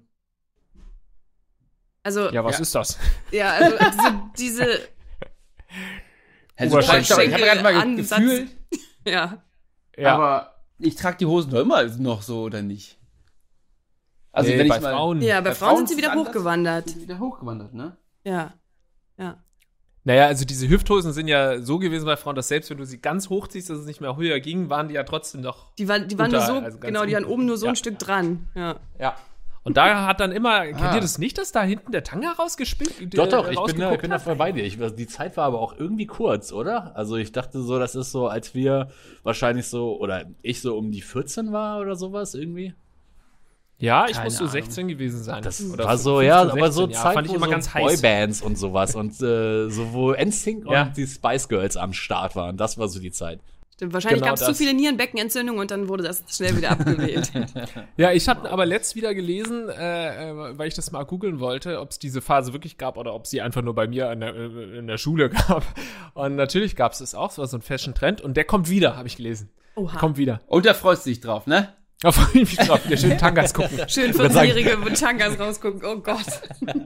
Speaker 2: also,
Speaker 1: Ja, was
Speaker 3: Ja.
Speaker 1: ist das?
Speaker 2: ja, also diese
Speaker 3: Also, ich habe gerade mal
Speaker 2: Ansatz.
Speaker 3: gefühlt,
Speaker 2: ja.
Speaker 1: Ja,
Speaker 3: aber ich trage die Hosen doch immer noch so, oder nicht? Also
Speaker 1: nee,
Speaker 3: wenn
Speaker 1: bei
Speaker 3: ich mal...
Speaker 1: Frauen.
Speaker 2: Ja, bei
Speaker 3: Bei
Speaker 2: Frauen
Speaker 3: Frauen
Speaker 2: sind sie
Speaker 3: ist
Speaker 2: wieder
Speaker 3: es anders.
Speaker 2: hochgewandert.
Speaker 3: Sind wieder hochgewandert, ne?
Speaker 2: Ja, ja.
Speaker 1: Naja, also diese Hüfthosen sind ja so gewesen bei Frauen, dass selbst wenn du sie ganz hochziehst, dass es nicht mehr höher ging, waren die ja trotzdem noch.
Speaker 2: Die waren nur
Speaker 1: Unter-
Speaker 2: so,
Speaker 1: also ganz
Speaker 2: genau, die waren
Speaker 1: unten.
Speaker 2: oben nur so
Speaker 1: Ja.
Speaker 2: ein Stück dran. Ja.
Speaker 1: Ja. Und da hat dann immer, kennt ihr das nicht, dass da hinten der Tanga rausgespielt
Speaker 4: Doch, ich bin da
Speaker 1: rausgeguckt
Speaker 4: voll bei dir. Die Zeit war aber auch irgendwie kurz, oder? Also ich dachte so, das ist so, als wir wahrscheinlich so, oder ich so um die 14 war oder sowas irgendwie.
Speaker 1: Ja, ich
Speaker 3: Keine
Speaker 1: muss so
Speaker 3: Ahnung.
Speaker 1: 16 gewesen sein.
Speaker 4: Das
Speaker 1: Oder
Speaker 4: war so,
Speaker 1: 15,
Speaker 4: ja,
Speaker 1: 16,
Speaker 4: aber so
Speaker 1: ja,
Speaker 4: Zeit,
Speaker 1: fand ich
Speaker 4: wo
Speaker 1: immer
Speaker 4: so
Speaker 1: ganz heiß.
Speaker 4: Boybands und sowas und so, wo NSYNC
Speaker 1: Ja.
Speaker 4: und die Spice Girls am Start waren. Das war so die Zeit.
Speaker 2: Stimmt, wahrscheinlich
Speaker 1: Genau
Speaker 2: gab es zu
Speaker 1: das.
Speaker 2: viele Nierenbeckenentzündungen und dann wurde das schnell wieder abgewählt.
Speaker 1: Ja, ich hatte aber letzt wieder gelesen, weil ich das mal googeln wollte, ob es diese Phase wirklich gab oder ob sie einfach nur bei mir in der Schule gab. Und natürlich gab es auch, es war so ein Fashion-Trend und der kommt wieder, habe ich gelesen.
Speaker 2: Oha.
Speaker 1: Kommt wieder.
Speaker 3: Und da freust du dich drauf, ne?
Speaker 1: Da freue ich mich drauf. Wieder schön Tangas gucken.
Speaker 2: Schön 14-Jährige mit Tangas rausgucken. Oh Gott.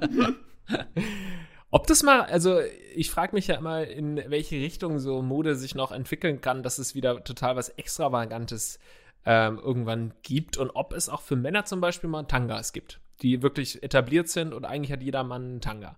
Speaker 1: Ob das mal, also ich frage mich ja immer, in welche Richtung so Mode sich noch entwickeln kann, dass es wieder total was Extravagantes irgendwann gibt und ob es auch für Männer zum Beispiel mal Tangas gibt, die wirklich etabliert sind und eigentlich hat jeder Mann einen Tanga.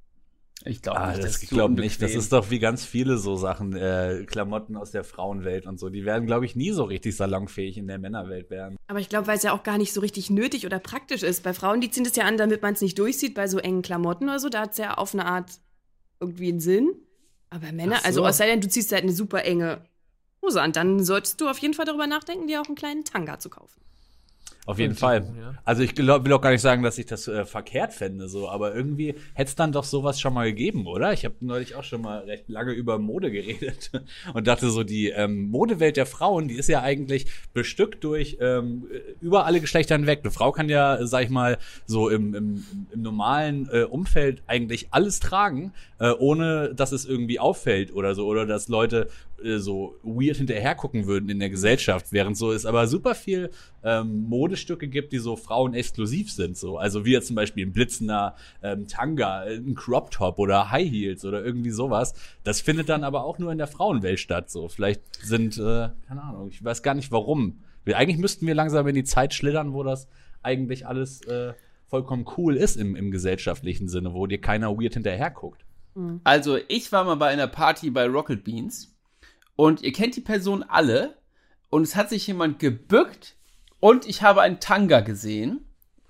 Speaker 3: Ich glaube nicht.
Speaker 4: Ich glaube nicht. Das ist doch wie ganz viele so Sachen, Klamotten aus der Frauenwelt und so. Die werden, glaube ich, nie so richtig salonfähig in der Männerwelt werden.
Speaker 2: Aber ich glaube, weil es ja auch gar nicht so richtig nötig oder praktisch ist. Bei Frauen, die ziehen das ja an, damit man es nicht durchsieht, bei so engen Klamotten oder so. Da hat es ja auf eine Art irgendwie einen Sinn. Aber bei Männern,
Speaker 1: Ach so.
Speaker 2: also es sei denn, du ziehst halt eine super enge Hose an, dann solltest du auf jeden Fall darüber nachdenken, dir auch einen kleinen Tanga zu kaufen.
Speaker 4: Auf jeden Fall.
Speaker 1: Ja.
Speaker 4: Also ich will auch gar nicht sagen, dass ich das verkehrt fände, so, aber irgendwie hätte es dann doch sowas schon mal gegeben, oder? Ich habe neulich auch schon mal recht lange über Mode geredet und dachte so, die Modewelt der Frauen, die ist ja eigentlich bestückt durch über alle Geschlechter hinweg. Eine Frau kann ja, sag ich mal, so im normalen Umfeld eigentlich alles tragen, ohne dass es irgendwie auffällt oder so, oder dass Leute so weird hinterher gucken würden in der Gesellschaft, während so es aber super viel Modestücke gibt, die so frauenexklusiv sind, so. Also wie jetzt zum Beispiel ein blitzender Tanga, ein Crop Top oder High Heels oder irgendwie sowas. Das findet dann aber auch nur in der Frauenwelt statt, so. Vielleicht sind, keine Ahnung, ich weiß gar nicht warum. Eigentlich müssten wir langsam in die Zeit schlittern, wo das eigentlich alles vollkommen cool ist im gesellschaftlichen Sinne, wo dir keiner weird hinterher guckt.
Speaker 3: Also, ich war mal bei einer Party bei Rocket Beans und ihr kennt die Person alle und es hat sich jemand gebückt und ich habe einen Tanga gesehen.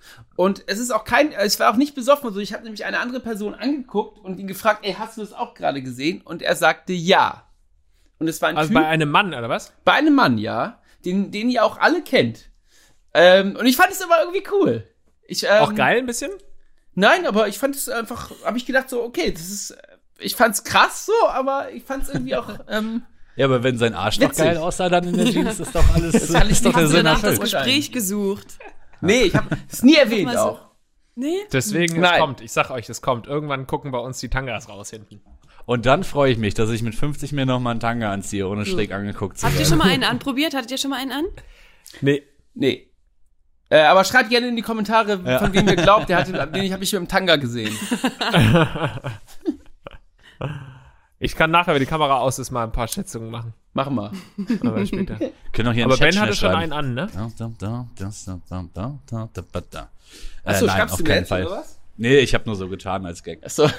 Speaker 3: Und es ist auch es war auch nicht besoffen. Also ich habe nämlich eine andere Person angeguckt und ihn gefragt, ey, hast du das auch gerade gesehen? Und er sagte ja. Und es war ein
Speaker 1: Also
Speaker 3: Typ,
Speaker 1: bei einem Mann, oder was?
Speaker 3: bei einem Mann, ja, den ihr auch alle kennt. Und ich fand es aber irgendwie cool.
Speaker 1: Auch geil ein bisschen?
Speaker 3: Nein, aber ich fand es einfach, habe ich gedacht so, okay, ich fand's krass so, aber ich fand's irgendwie auch,
Speaker 4: Ja, aber wenn sein Arsch noch
Speaker 3: witzig.
Speaker 4: geil aussah dann in der Jeans, ist doch alles,
Speaker 3: kann ich
Speaker 4: ist doch
Speaker 3: nicht
Speaker 4: der
Speaker 2: Hast du
Speaker 4: Sinn
Speaker 2: danach das
Speaker 4: erfüllt.
Speaker 2: Gespräch gesucht?
Speaker 3: nee, ich habe es nie erwähnt
Speaker 2: mal so.
Speaker 3: auch.
Speaker 2: Nee?
Speaker 1: Deswegen, es
Speaker 3: Nein.
Speaker 1: kommt. Ich sag euch, es kommt. Irgendwann gucken bei uns die Tangas raus hinten.
Speaker 4: Und dann freue ich mich, dass ich mit 50 mir noch mal einen Tanga anziehe, ohne schräg angeguckt zu
Speaker 2: Habt ihr
Speaker 4: werden.
Speaker 2: schon mal einen anprobiert? Hattet ihr schon mal einen an?
Speaker 1: Nee.
Speaker 3: Nee. Aber schreibt gerne in die Kommentare, von wem ihr glaubt, den habe ich mit dem Tanga gesehen.
Speaker 1: Ich kann nachher, wenn die Kamera aus ist, mal ein paar Schätzungen machen.
Speaker 3: Machen wir.
Speaker 1: Aber später.
Speaker 4: Können auch hier
Speaker 1: Aber
Speaker 4: einen Chat
Speaker 1: Ben hatte
Speaker 4: schnell
Speaker 1: schon
Speaker 4: schreiben.
Speaker 1: einen an, ne?
Speaker 3: Achso,
Speaker 4: Nein,
Speaker 3: schreibst
Speaker 4: auf
Speaker 3: du
Speaker 4: keinen
Speaker 3: jetzt,
Speaker 4: Fall.
Speaker 3: oder was?
Speaker 4: Nee, ich habe nur so getan als Gag.
Speaker 3: Achso.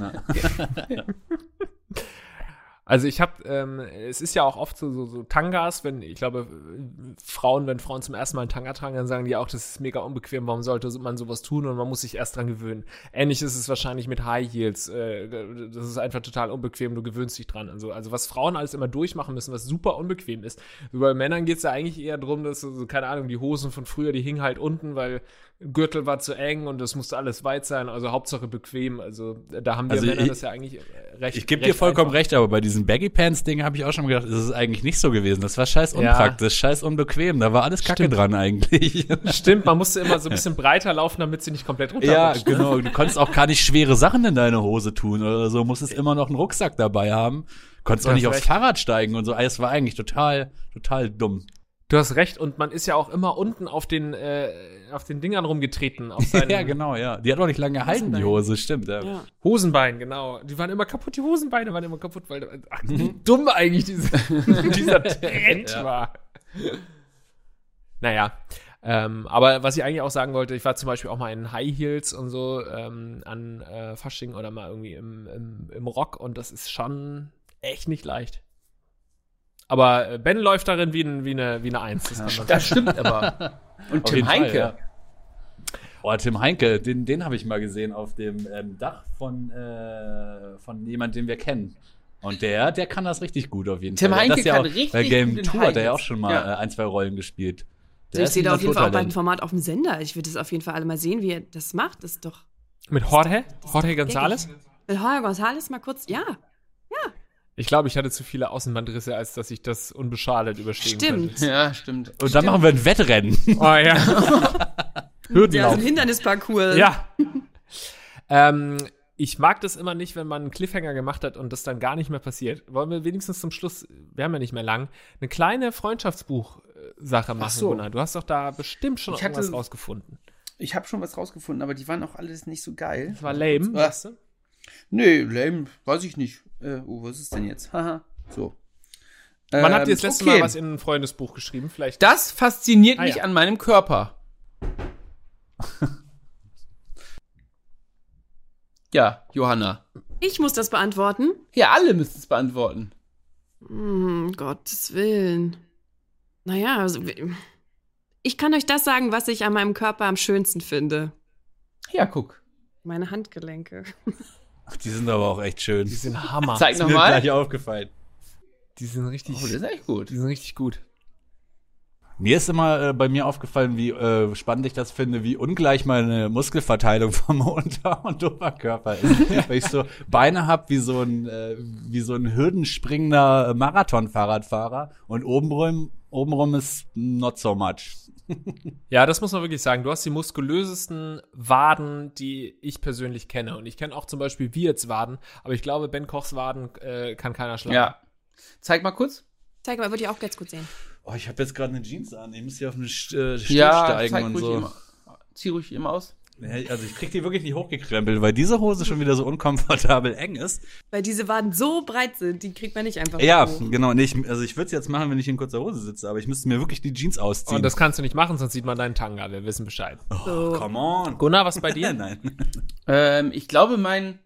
Speaker 1: Also ich habe, es ist ja auch oft so Tangas, wenn Frauen zum ersten Mal einen Tanga tragen, dann sagen die auch, das ist mega unbequem, warum sollte man sowas tun und man muss sich erst dran gewöhnen. Ähnlich ist es wahrscheinlich mit High Heels, das ist einfach total unbequem, du gewöhnst dich dran. Also was Frauen alles immer durchmachen müssen, was super unbequem ist. So bei Männern geht es ja eigentlich eher darum, dass, so, keine Ahnung, die Hosen von früher, die hingen halt unten, weil Gürtel war zu eng und es musste alles weit sein, also Hauptsache bequem. Also da haben wir
Speaker 4: Also
Speaker 1: Männer das ja eigentlich recht.
Speaker 4: Ich gebe dir
Speaker 1: recht
Speaker 4: vollkommen
Speaker 1: einfach.
Speaker 4: recht, aber bei diesen Baggy Pants Ding habe ich auch schon gedacht, das ist eigentlich nicht so gewesen. Das war scheiß unpraktisch, scheiß unbequem. Da war alles Kacke
Speaker 1: Stimmt.
Speaker 4: dran eigentlich.
Speaker 1: Stimmt, man musste immer so ein bisschen breiter laufen, damit sie nicht komplett
Speaker 4: Ja,
Speaker 1: runterrutscht.
Speaker 4: genau. Du konntest auch gar nicht schwere Sachen in deine Hose tun oder so. Musstest immer noch einen Rucksack dabei haben. Konntest auch
Speaker 1: Du
Speaker 4: nicht
Speaker 1: hast
Speaker 4: aufs
Speaker 1: recht.
Speaker 4: Fahrrad steigen und so. Es war eigentlich total dumm.
Speaker 1: Du hast recht, und man ist ja auch immer unten auf den Dingern rumgetreten, auf seinen
Speaker 4: Ja, genau, ja. Die hat auch nicht lange gehalten, die
Speaker 2: Hosenbein.
Speaker 4: Hose, stimmt. Ja.
Speaker 2: Ja.
Speaker 1: Hosenbein, genau. Die waren immer kaputt, die Hosenbeine waren immer kaputt, weil wie dumm eigentlich dieser Trend war. Naja, aber was ich eigentlich auch sagen wollte, ich war zum Beispiel auch mal in High Heels und so an Fasching oder mal irgendwie im Rock, und das ist schon echt nicht leicht. Aber Ben läuft darin wie eine Eins. Das kann man
Speaker 3: Das stimmt aber. Und
Speaker 4: Auf
Speaker 3: Tim
Speaker 4: jeden Fall,
Speaker 3: Heinke.
Speaker 4: ja. Oh, Tim Heinke, den habe ich mal gesehen auf dem Dach von jemandem, den wir kennen. Und der kann das richtig gut auf jeden
Speaker 3: Tim
Speaker 4: Fall.
Speaker 3: Heinke
Speaker 4: Das ja
Speaker 3: kann
Speaker 4: auch,
Speaker 3: richtig
Speaker 4: bei Game
Speaker 3: gut in
Speaker 4: 2
Speaker 3: High
Speaker 4: hat er ja auch
Speaker 3: Heels.
Speaker 4: schon mal
Speaker 3: Ja.
Speaker 4: ein, zwei Rollen gespielt.
Speaker 2: Ich sehe da auf jeden Fall auch beim
Speaker 4: Naturtalent.
Speaker 2: Format auf dem Sender. Ich würde das auf jeden Fall alle mal sehen, wie er das macht. Das ist doch.
Speaker 1: Mit Jorge González?
Speaker 2: Mit Jorge González mal kurz. Ja,
Speaker 1: Ich glaube, ich hatte zu viele Außenbandrisse, als dass ich das unbeschadet überstehen
Speaker 2: stimmt.
Speaker 1: könnte.
Speaker 3: Ja, stimmt.
Speaker 4: Und dann machen wir ein Wettrennen.
Speaker 1: Oh ja.
Speaker 2: Ja, so
Speaker 1: Hürdenlauf.
Speaker 2: ein Hindernisparcours.
Speaker 1: Ja. ich mag das immer nicht, wenn man einen Cliffhanger gemacht hat und das dann gar nicht mehr passiert. Wollen wir wenigstens zum Schluss, wir haben ja nicht mehr lang, eine kleine Freundschaftsbuch-Sache machen,
Speaker 3: so.
Speaker 1: Gunnar. Du hast doch da bestimmt schon irgendwas rausgefunden.
Speaker 3: Ich habe schon was rausgefunden, aber die waren auch alles nicht so geil.
Speaker 1: Das war lame,
Speaker 3: Was?
Speaker 1: weißt du?
Speaker 3: Nee, lame, weiß ich nicht. Was ist denn jetzt? Haha, so.
Speaker 1: Wann habt ihr das letzte Mal was in ein Freundesbuch geschrieben? Vielleicht.
Speaker 3: Das fasziniert mich
Speaker 1: ja.
Speaker 3: an meinem Körper. Ja, Johanna.
Speaker 2: Ich muss das beantworten.
Speaker 3: Ja, alle müssen es beantworten.
Speaker 2: Gottes Willen. Naja, also, ich kann euch das sagen, was ich an meinem Körper am schönsten finde.
Speaker 3: Ja, guck.
Speaker 2: Meine Handgelenke.
Speaker 4: Ach, die sind aber auch echt schön.
Speaker 1: Die sind Hammer.
Speaker 3: Zeig
Speaker 4: Ist mir
Speaker 3: nochmal.
Speaker 4: gleich aufgefallen.
Speaker 1: Die sind richtig,
Speaker 3: Oh, das ist echt gut.
Speaker 1: die sind richtig gut.
Speaker 4: Mir ist immer bei mir aufgefallen, wie spannend ich das finde, wie ungleich meine Muskelverteilung vom Unter- und Oberkörper ist. Weil ich so Beine habe wie so ein hürdenspringender Marathon-Fahrradfahrer und obenrum ist not so much.
Speaker 1: Ja, das muss man wirklich sagen. Du hast die muskulösesten Waden, die ich persönlich kenne. Und ich kenne auch zum Beispiel Wirts Waden, aber ich glaube, Ben Kochs Waden kann keiner schlagen.
Speaker 3: Ja. Zeig mal kurz.
Speaker 2: Zeig mal, würde ich auch ganz gut sehen.
Speaker 4: Oh, ich habe jetzt gerade eine Jeans an. Ich muss hier auf den Stuhl
Speaker 3: Ja,
Speaker 4: steigen
Speaker 3: zeig
Speaker 4: und
Speaker 3: ruhig
Speaker 4: so.
Speaker 3: immer. Zieh ruhig immer aus.
Speaker 4: Also ich krieg die wirklich nicht hochgekrempelt, weil diese Hose schon wieder so unkomfortabel eng ist.
Speaker 2: Weil diese Waden so breit sind, die kriegt man nicht einfach
Speaker 4: Ja,
Speaker 2: hoch.
Speaker 4: genau. Nee, ich würde es jetzt machen, wenn ich in kurzer Hose sitze, aber ich müsste mir wirklich die Jeans ausziehen.
Speaker 1: Und das kannst du nicht machen, sonst sieht man deinen Tanga. Wir wissen Bescheid.
Speaker 2: So.
Speaker 4: Come on.
Speaker 1: Gunnar, was bei dir?
Speaker 4: Nein.
Speaker 3: Ich glaube, mein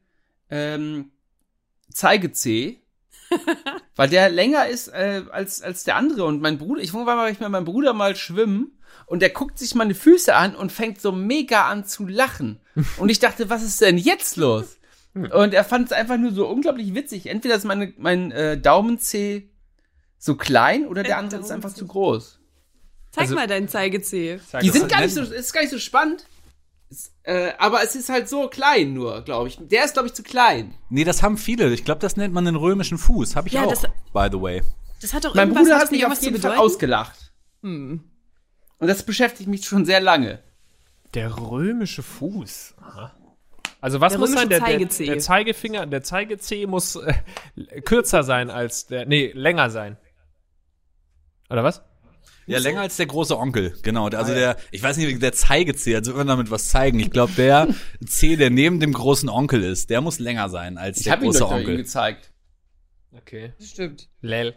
Speaker 3: Zeigezeh, weil der länger ist als der andere. Und mein Bruder, ich war mit meinem Bruder mal schwimmen und der guckt sich meine Füße an und fängt so mega an zu lachen. Und ich dachte, was ist denn jetzt los? Und er fand es einfach nur so unglaublich witzig. Entweder ist mein Daumenzeh so klein oder der andere ist einfach zu groß.
Speaker 2: Zeig
Speaker 1: Also-
Speaker 2: mal deinen Zeigezeh.
Speaker 3: Die sind gar nicht so, ist gar nicht so spannend. Aber es ist halt so klein nur, glaube ich. Der ist, glaube ich, zu klein.
Speaker 4: Nee, das haben viele. Ich glaube, das nennt man den römischen Fuß. Hab ich
Speaker 2: Ja,
Speaker 4: auch,
Speaker 2: das-
Speaker 4: by the way.
Speaker 2: Das hat doch
Speaker 3: Mein
Speaker 2: irgendwas,
Speaker 3: Bruder
Speaker 2: hat
Speaker 3: hat
Speaker 2: das nicht
Speaker 3: mich auf
Speaker 2: irgendwas zu
Speaker 3: jeden Fall
Speaker 2: bedeuten?
Speaker 3: ausgelacht. Und das beschäftigt mich schon sehr lange.
Speaker 1: Der römische Fuß. Aha. Also was
Speaker 2: Der
Speaker 1: muss sein?
Speaker 2: römische
Speaker 1: Der
Speaker 2: Zeigezeh.
Speaker 1: Zeigefinger, der Zeigezeh muss kürzer sein als länger sein. Oder was?
Speaker 4: Ja, länger als der große Onkel, genau. Also ich weiß nicht, der Zeigezeh, also wenn wir damit was zeigen. Ich glaube, der Zeh, der neben dem großen Onkel ist, der muss länger sein als
Speaker 3: Ich
Speaker 4: der
Speaker 3: habe ihn
Speaker 4: große
Speaker 3: doch ihm
Speaker 4: Onkel.
Speaker 3: gezeigt.
Speaker 1: Okay.
Speaker 2: Stimmt.
Speaker 1: Lel.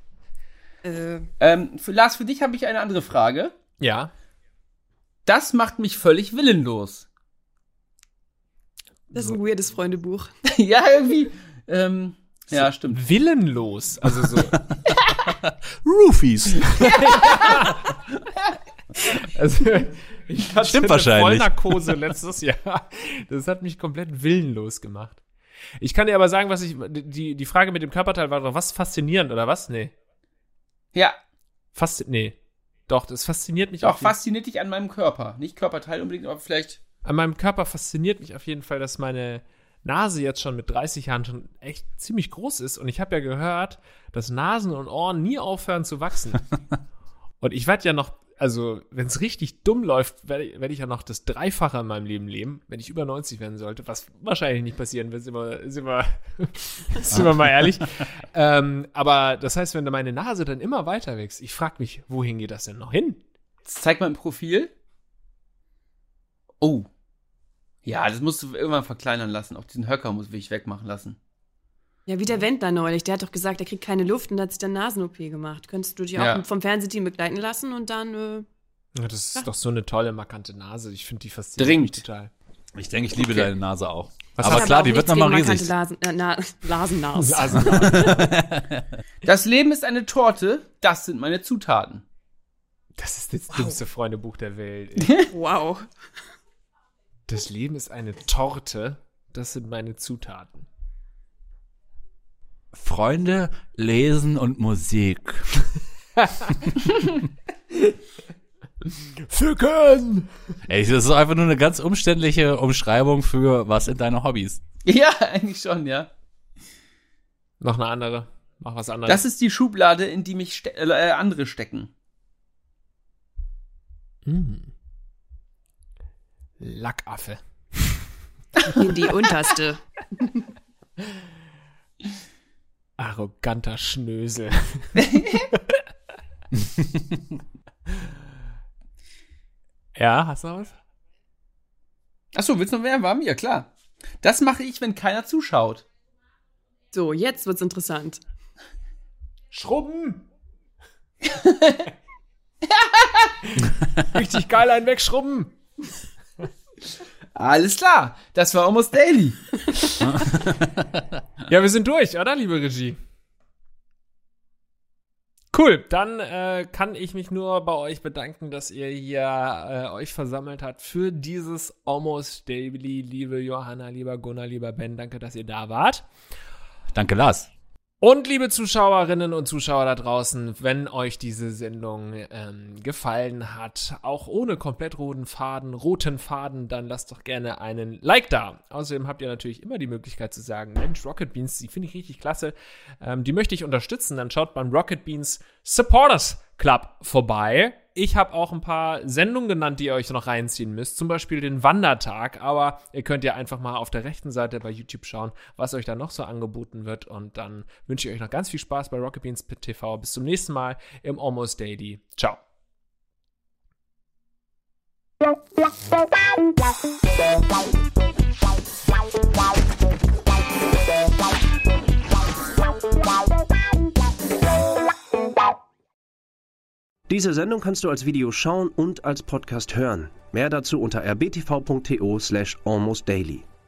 Speaker 3: Lars, für dich habe ich eine andere Frage.
Speaker 1: Ja.
Speaker 3: Das macht mich völlig willenlos.
Speaker 2: Das ist ein weirdes Freundebuch.
Speaker 3: Ja, irgendwie. Ja, stimmt.
Speaker 1: Willenlos. Also so.
Speaker 4: Roofies.
Speaker 1: Also, ich hatte
Speaker 4: Stimmt
Speaker 1: eine
Speaker 4: wahrscheinlich.
Speaker 1: Vollnarkose letztes Jahr. Das hat mich komplett willenlos gemacht. Ich kann dir aber sagen, was die Frage mit dem Körperteil war doch was faszinierend, oder was? Nee.
Speaker 3: Ja,
Speaker 1: Nee. Doch, das fasziniert mich
Speaker 3: auch
Speaker 1: auf jeden Fall.
Speaker 3: fasziniert dich an meinem Körper. Nicht Körperteil unbedingt, aber vielleicht.
Speaker 1: An meinem Körper fasziniert mich auf jeden Fall, dass meine Nase jetzt schon mit 30 Jahren schon echt ziemlich groß ist. Und ich habe ja gehört, dass Nasen und Ohren nie aufhören zu wachsen. Und ich werde ja noch, also wenn es richtig dumm läuft, werde ich ja noch das Dreifache in meinem Leben leben, wenn ich über 90 werden sollte, was wahrscheinlich nicht passieren wird, sind wir mal ehrlich. Aber das heißt, wenn meine Nase dann immer weiter wächst, ich frage mich, wohin geht das denn noch hin?
Speaker 3: Zeig mal ein Profil. Oh. Ja, das musst du irgendwann verkleinern lassen. Auch diesen Höcker will ich wegmachen lassen.
Speaker 2: Ja, wie der Wendler neulich. Der hat doch gesagt, er kriegt keine Luft und hat sich dann Nasen-OP gemacht. Könntest du dich
Speaker 3: Ja.
Speaker 2: auch vom Fernsehteam begleiten lassen und dann,
Speaker 1: Ja, das ist doch so eine tolle, markante Nase. Ich finde die fasziniert
Speaker 3: Dringend.
Speaker 1: mich total.
Speaker 4: Ich denke, ich liebe
Speaker 3: Okay.
Speaker 4: deine Nase auch.
Speaker 1: Was
Speaker 4: Aber
Speaker 1: hast
Speaker 4: klar,
Speaker 2: auch
Speaker 4: die wird
Speaker 2: nichts
Speaker 4: nochmal
Speaker 2: gegen
Speaker 4: riesig.
Speaker 2: markante Lasennas.
Speaker 3: Das Leben ist eine Torte. Das sind meine Zutaten.
Speaker 1: Das ist das dümmste Freundebuch der Welt. Ey.
Speaker 2: Wow.
Speaker 1: Das Leben ist eine Torte. Das sind meine Zutaten.
Speaker 4: Freunde, Lesen und Musik.
Speaker 1: Ficken!
Speaker 4: Ey, das ist einfach nur eine ganz umständliche Umschreibung für was sind deine Hobbys.
Speaker 3: Ja, eigentlich schon, ja.
Speaker 1: Noch eine andere. Mach was anderes.
Speaker 3: Das ist die Schublade, in die mich andere stecken.
Speaker 1: Mm. Lackaffe.
Speaker 2: In die unterste.
Speaker 1: Arroganter Schnösel. Ja, hast du noch was?
Speaker 3: Achso, willst du noch mehr warm? Ja, klar. Das mache ich, wenn keiner zuschaut.
Speaker 2: So, jetzt wird's interessant.
Speaker 1: Schrubben! Richtig geil, einen wegschrubben!
Speaker 3: Alles klar, das war Almost Daily.
Speaker 1: Ja, wir sind durch, oder, liebe Regie? Cool, dann kann ich mich nur bei euch bedanken, dass ihr hier euch versammelt habt für dieses Almost Daily. Liebe Johanna, lieber Gunnar, lieber Ben, danke, dass ihr da wart.
Speaker 4: Danke, Lars.
Speaker 1: Und liebe Zuschauerinnen und Zuschauer da draußen, wenn euch diese Sendung gefallen hat, auch ohne komplett roten Faden, dann lasst doch gerne einen Like da. Außerdem habt ihr natürlich immer die Möglichkeit zu sagen, Mensch, Rocket Beans, die finde ich richtig klasse, die möchte ich unterstützen. Dann schaut beim Rocket Beans Supporters Club vorbei. Ich habe auch ein paar Sendungen genannt, die ihr euch noch reinziehen müsst. Zum Beispiel den Wandertag. Aber ihr könnt ja einfach mal auf der rechten Seite bei YouTube schauen, was euch da noch so angeboten wird. Und dann wünsche ich euch noch ganz viel Spaß bei Rocket Beans TV. Bis zum nächsten Mal im Almost Daily. Ciao.
Speaker 5: Diese Sendung kannst du als Video schauen und als Podcast hören. Mehr dazu unter rbtv.to/almostdaily.